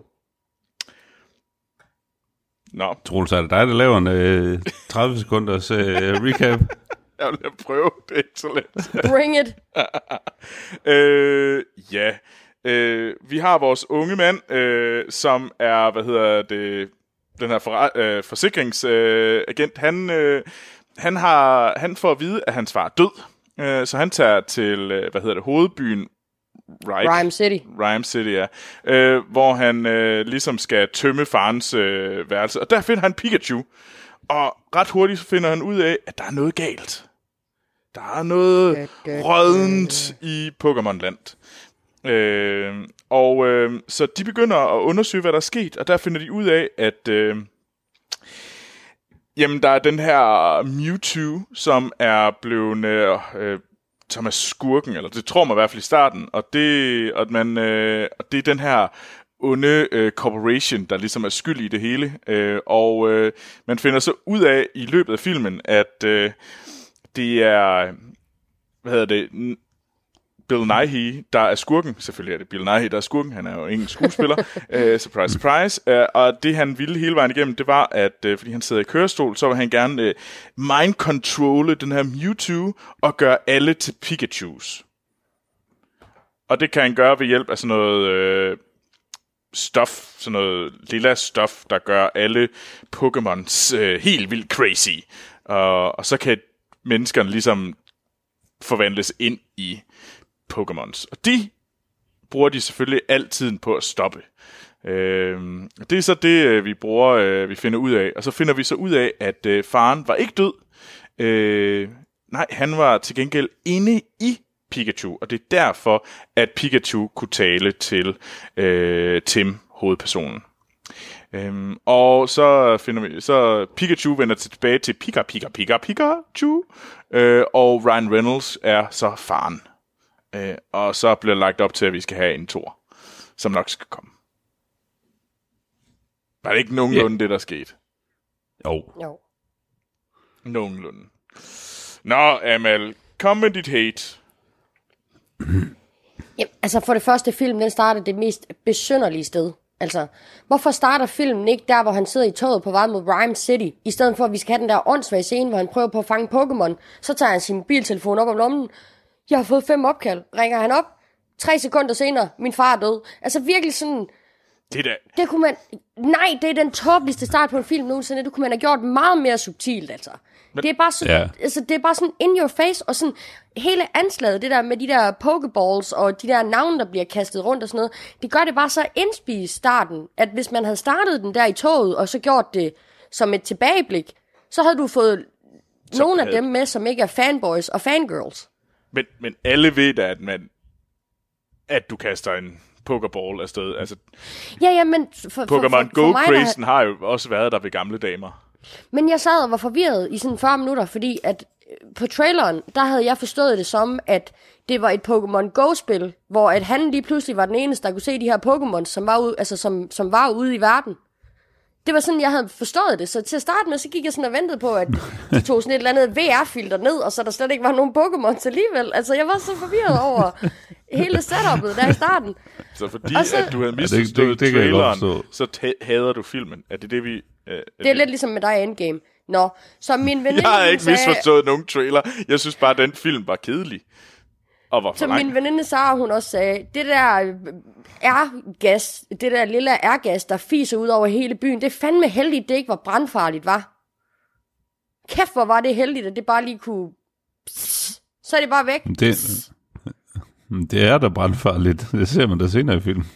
Nå. Troels, er det dig, der laver en øh, tredive sekunders øh, recap? Jeg vil prøve, det er ikke så let. Bring it. øh, ja, øh, vi har vores unge mand, øh, som er, hvad hedder det, den her for, øh, forsikringsagent. Øh, han, øh, han, har, han får at vide, at hans far er død. Øh, så han tager til, øh, hvad hedder det, hovedbyen Right. Rhyme City. Rhyme City, ja. Øh, hvor han øh, ligesom skal tømme farens øh, værelse. Og der finder han Pikachu. Og ret hurtigt finder han ud af, at der er noget galt. Der er noget rådent i Pokémon-land. Øh, og øh, så de begynder at undersøge, hvad der er sket. Og der finder de ud af, at øh, jamen, der er den her Mewtwo, som er blevet... Øh, som er skurken, eller det tror man i hvert fald i starten, og det, at man, øh, og det er den her onde øh, corporation, der ligesom er skyld i det hele, øh, og øh, man finder så ud af i løbet af filmen, at øh, det er, hvad hedder det, Bill Nighy, der er skurken. Selvfølgelig er det Bill Nighy, der er skurken. Han er jo ingen skuespiller. uh, surprise, surprise. Uh, og det, han ville hele vejen igennem, det var, at uh, fordi han sidder i kørestol, så vil han gerne uh, mind-controlle den her Mewtwo og gøre alle til Pikachus. Og det kan han gøre ved hjælp af sådan noget uh, stof, sådan noget lilla stof, der gør alle Pokémons uh, helt vildt crazy. Uh, og så kan menneskerne ligesom forvandles ind i Pokémons. Og de bruger de selvfølgelig altid på at stoppe. Øh, det er så det, vi bruger, øh, vi finder ud af. Og så finder vi så ud af, at øh, faren var ikke død. Øh, nej, han var til gengæld inde i Pikachu, og det er derfor, at Pikachu kunne tale til øh, Tim, hovedpersonen. Øhm, og så finder vi, så Pikachu vender tilbage til Pika, Pika, Pika, Pikachu, øh, og Ryan Reynolds er så faren. Øh, og så bliver lagt op til, at vi skal have en Thor, som nok skal komme. Var det ikke nogenlunde yeah. det, der skete? Jo. Jo. Nogenlunde. Nå, Amal, kom med dit hate. Jamen, altså for det første film, den starter det mest besynderlige sted. Altså, hvorfor starter filmen ikke der, hvor han sidder i toget på vej mod Rhyme City, i stedet for, at vi skal have den der åndssvage scene, hvor han prøver på at fange Pokémon, så tager han sin mobiltelefon op om lommen. Jeg har fået fem opkald. Ringer han op. Tre sekunder senere, min far er død. Altså virkelig sådan... Det der. Det kunne man... Nej, det er den tåbeligste start på en film nogensinde. Det kunne man have gjort meget mere subtilt, altså. Men, det er bare sådan, yeah. altså, det er bare sådan in your face, og sådan hele anslaget, det der med de der pokeballs, og de der navne, der bliver kastet rundt og sådan noget, det gør det bare så indspist starten, at hvis man havde startet den der i toget, og så gjort det som et tilbageblik, så havde du fået så nogle havde... af dem med, som ikke er fanboys og fangirls. Men, men alle ved da, at man, at du kaster en pokeball afsted. Altså, ja, ja, men... For, Pokémon Go-crazen har jo også været der ved gamle damer. Men jeg sad og var forvirret i sådan fyrre minutter, fordi at på traileren, der havde jeg forstået det som, at det var et Pokémon Go-spil, hvor at han lige pludselig var den eneste, der kunne se de her Pokémon, som var ude, altså som, som var ude i verden. Det var sådan, jeg havde forstået det. Så til at starte med, så gik jeg sådan og ventede på, at de tog sådan et eller andet V R-filter ned, og så der slet ikke var nogen Pokémon alligevel. Altså, jeg var så forvirret over hele setup'et der i starten. Så fordi så, at du havde misforstået ja, traileren, så t- hader du filmen. Er det det, vi... Øh, er det er det? Lidt ligesom med dig i Endgame. Nå, så min veninde... Jeg har ikke sagde, misforstået nogen trailer. Jeg synes bare, at den film var kedelig. Og var for så lang. Min veninde Sara, hun også sagde, det der R-gas, det der lille R-gas, der fiser ud over hele byen, det er fandme heldigt, det ikke var brandfarligt, var. Kæft, hvor var det heldigt, at det bare lige kunne... Pss, så er det bare væk. Det, det er da brandfarligt. Det ser man da senere i filmen.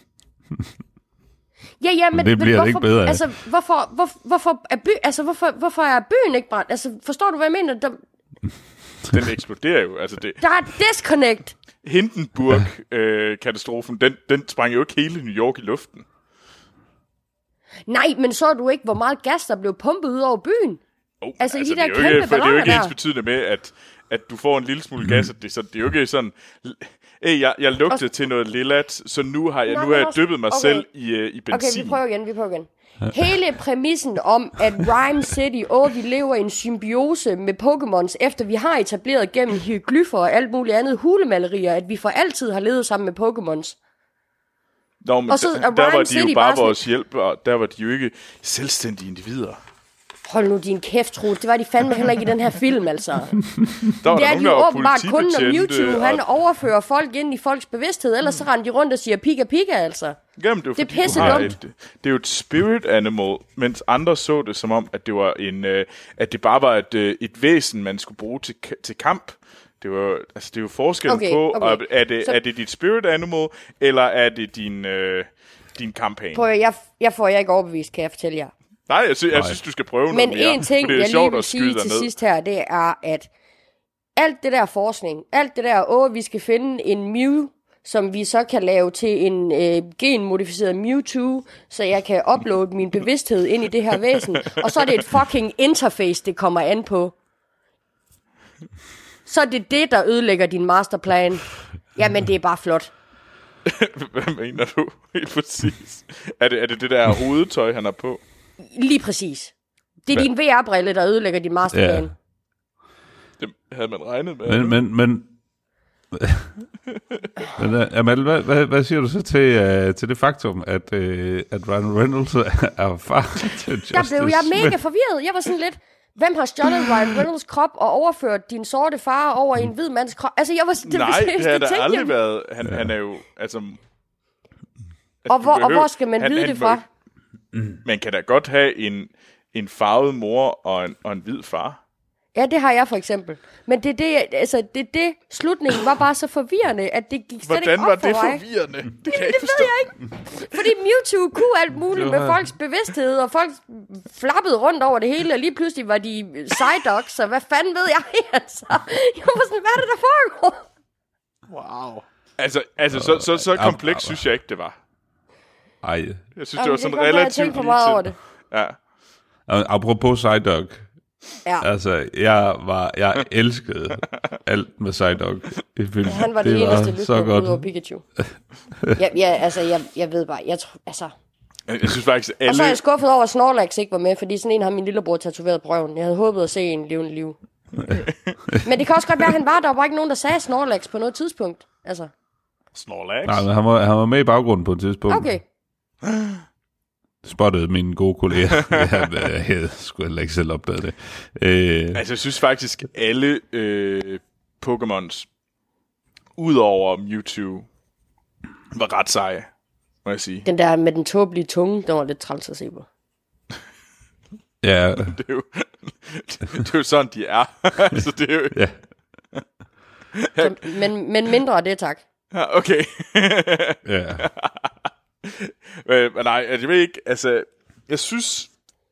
Ja, ja, men, men det bliver men det hvorfor, ikke bedre. Altså, hvorfor, hvor, hvorfor, er by, altså, hvorfor, hvorfor er byen ikke brændt? Altså, forstår du, hvad jeg mener? Der, den eksploderer jo. Altså det. Der er et disconnect. Hindenburg-katastrofen, øh, den, den sprang jo ikke hele New York i luften. Nej, men så du ikke, hvor meget gas, der blev pumpet ud over byen? Oh, altså, altså, de der kæmpe ikke, for det er jo ikke ens betydende med, at, at du får en lille smule gas, det, så det er jo ikke sådan... Hey, jeg, jeg lugtede og... til noget lillat, så nu har jeg, nu har jeg dyppet mig okay. selv i, uh, i benzin. Okay, vi prøver igen, vi prøver igen. Hele præmissen om, at Rhyme City, åh, vi lever i en symbiose med Pokémons, efter vi har etableret gennem hieroglyffer og alt muligt andet hulemalerier, at vi for altid har levet sammen med Pokémons. Nå, men og så der, der var de City jo bare vores sådan... hjælp, og der var de jo ikke selvstændige individer. Hold nu din kæft, Troels. Det var de fandme heller ikke i den her film, altså. Der var det der er nogen, de der åbenbart kun, når Mewtwo, og... han overfører folk ind i folks bevidsthed, ellers så render de rundt og siger pika pika, altså. Jamen, det er, det er pisse dumt. Det er jo et spirit animal, mens andre så det som om, at det var en, uh, at det bare var et, uh, et væsen, man skulle bruge til, til kamp. Det var, altså, det er jo forskellen okay, på, okay. Er, det, så... er det dit spirit animal, eller er det din, uh, din kampagne? Prøv, jeg, jeg får jeg ikke overbevist, kan jeg fortælle jer. Nej, jeg, sy- jeg synes, du skal prøve Men noget mere. Men en ting, jeg lige vil sige til sidst her, det er, at alt det der forskning, alt det der, åh, vi skal finde en Mew, som vi så kan lave til en øh, genmodificeret Mewtwo, så jeg kan uploade min bevidsthed ind i det her væsen, og så er det et fucking interface, det kommer an på. Så er det det, der ødelægger din masterplan. Jamen, det er bare flot. Hvad mener du helt præcis? Er det, er det det der hovedtøj, han har på? Lige præcis. Det er Hva? din V R-brille, der ødelægger din masterplan. Ja. Det havde man regnet med. Men, men, men, men uh, Amal, hvad, hvad, hvad siger du så til, uh, til det faktum, at, uh, at Ryan Reynolds er far til Justice? Der blev jeg mega forvirret. Jeg var sådan lidt, hvem har stjålet Ryan Reynolds krop og overført din sorte far over i en hvid mands krop? Altså, jeg var det Nej, det, det har der aldrig jeg... været. Han, ja. han er jo, altså... altså og, hvor, behøver, og hvor skal man han, vide han, det fra? Mm. Man kan da godt have en, en farvet mor og en, og en hvid far. Ja, det har jeg for eksempel. Men det er det, altså, det, det slutningen var bare så forvirrende, at det gik slet Hvordan ikke op for mig. Hvordan var det forvirrende? Det, det, det ved jeg ikke. Fordi Mewtwo kunne alt muligt med folks bevidsthed, og folk flappede rundt over det hele, og lige pludselig var de Psyducks, og hvad fanden ved jeg, altså. Jeg var sådan, hvad er det, der foregår? Wow. Altså, altså så, så, så kompleks synes jeg ikke, det var. Ej. Jeg synes, det var sådan relativt for meget over det. Ja. Apropos Psyduck. Ja. Altså, jeg var, jeg elskede alt med Psyduck. Ja, han var det, det eneste lyttende ud over Pikachu. ja, ja, altså, jeg, jeg ved bare, jeg tror, altså... Jeg synes faktisk, alle... Og så er jeg skuffet over, at Snorlax ikke var med, fordi sådan en har min lillebror tatoveret på røven. Jeg havde håbet at se en levende liv. Men det kan også godt være, at han var der. Der var ikke nogen, der sagde Snorlax på noget tidspunkt. Altså. Snorlax? Nej, men han var, han var med i baggrunden på et tidspunkt. Okay. Spottede mine gode kolleger. Jeg havde sgu heller ikke selv opdaget det. Øh... Altså, jeg synes faktisk, alle øh, Pokémons, udover Mewtwo, var ret seje, må jeg sige. Den der med den tåbelige tunge, den var lidt træls at se på. Ja. det, er jo, det, det er jo sådan, de er. altså, det er jo... Ja. Så, men, men mindre af det, tak. Ja, okay. ja. Men nej, jeg ved ikke, altså, jeg synes,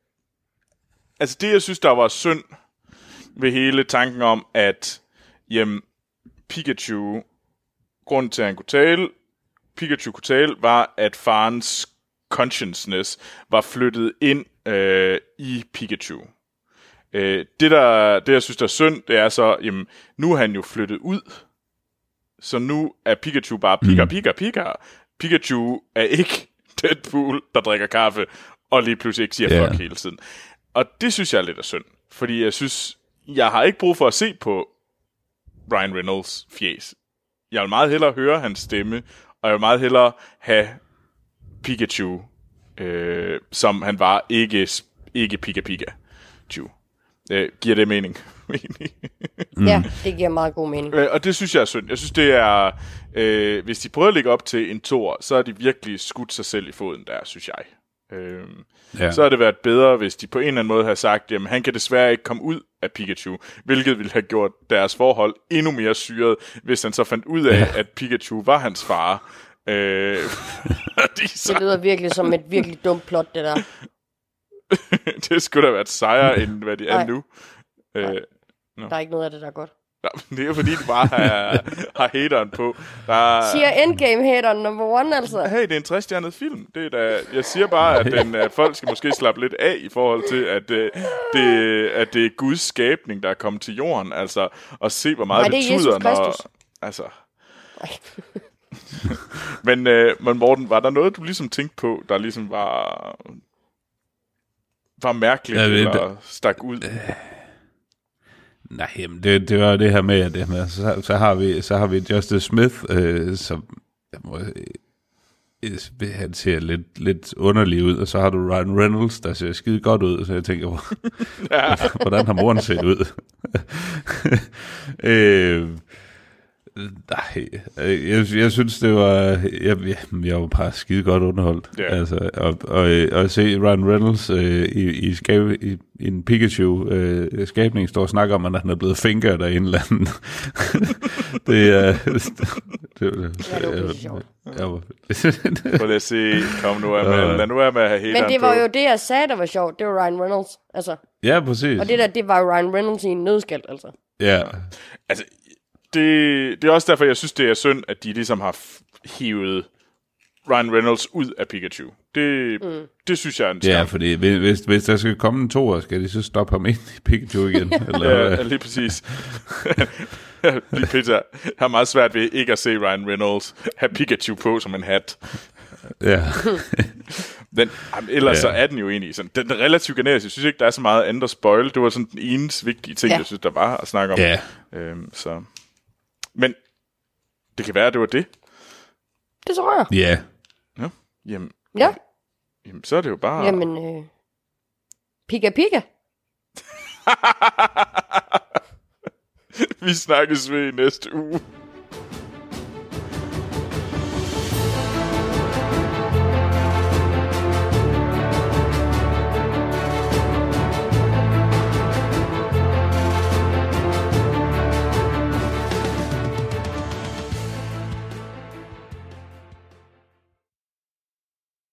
altså det, jeg synes, der var synd ved hele tanken om, at, jamen, Pikachu, grunden til, at han kunne tale, Pikachu kunne tale, var, at farens consciousness var flyttet ind øh, i Pikachu. Øh, det, der, det, jeg synes, der er synd, det er så, jamen, nu er han jo flyttet ud, så nu er Pikachu bare Pika, Pika, Pika. Pikachu er ikke Deadpool, der drikker kaffe, og lige pludselig ikke siger fuck yeah. hele tiden. Og det synes jeg er lidt af synd, fordi jeg synes, jeg har ikke brug for at se på Ryan Reynolds fjes. Jeg vil meget hellere høre hans stemme, og jeg vil meget hellere have Pikachu, øh, som han var, ikke, ikke Pika Pika. Øh, giver det mening? mm. Ja, det giver meget god mening. Øh, og det synes jeg er synd. Jeg synes, det er... Øh, hvis de prøver at lægge op til en toer, så er de virkelig skudt sig selv i foden der, synes jeg. Øh, ja. Så har det været bedre, hvis de på en eller anden måde har sagt, jamen han kan desværre ikke komme ud af Pikachu, hvilket ville have gjort deres forhold endnu mere syret, hvis han så fandt ud af, ja. at Pikachu var hans far. Øh, de så... Det lyder virkelig som et virkelig dumt plot, det der. Det skulle da være sejere, end hvad de er nu. Øh, no. Der er ikke noget af det, der er godt. Ja, det er fordi, de bare har, har hateren på. Der... Siger Endgame-hateren number one, altså? Hey, det er en tre-stjernet film. Det er da... Jeg siger bare, at, den, at folk skal måske slappe lidt af i forhold til, at, uh, det, at det er Guds skabning, der er kommet til jorden. Altså, og se, hvor meget Nej, det betyder, når... Altså... men, uh, men Morten, var der noget, du ligesom tænkte på, der ligesom var... var mærkeligt, ja, eller det, stak ud? Øh, nej, jamen, det, det var det her med, at det med, så, så, har vi, så har vi Justice Smith, øh, som jeg må, øh, han ser lidt, lidt underlig ud, og så har du Ryan Reynolds, der ser skide godt ud, så jeg tænker, ja. hvordan har moren set ud? øh, Nej, jeg, jeg synes det var jeg, jeg, jeg var bare skide godt underholdt. Yeah. Altså, og, og, og at se Ryan Reynolds øh, i, i, skab, i, i en Pikachu øh, skabning står og snakker om, at han er blevet fingered af en eller anden. det er det, det, det, ja, det var sjovt. Prøv lige at se, kom nu af med, lad nu af med at have Men det var på. Jo det, jeg sagde, der var sjovt. Det var Ryan Reynolds. Altså. Ja, præcis. Og det der, det var Ryan Reynolds i en nødskald, altså. Ja. Altså, Det, det er også derfor, jeg synes, det er synd, at de ligesom har hivet Ryan Reynolds ud af Pikachu. Det, mm. det synes jeg er en skam. Ja, fordi hvis, hvis der skal komme en toer, skal de så stoppe ham ind i Pikachu igen? Eller? Ja, lige præcis. lige Peter, jeg har meget svært ved ikke at se Ryan Reynolds have Pikachu på som en hat. Ja. Men jamen, ellers ja. så er den jo egentlig sådan, den er relativt generisk. Jeg synes ikke, der er så meget andet at spoil. Det var sådan den eneste vigtige ting, ja. jeg synes, der var at snakke om. Ja. Øhm, så... Men det kan være, at det var det. Det tror jeg. Ja. Ja. Jamen, ja. Jamen, så er det jo bare... Jamen, øh... Pika Pika. Vi snakkes ved i næste uge.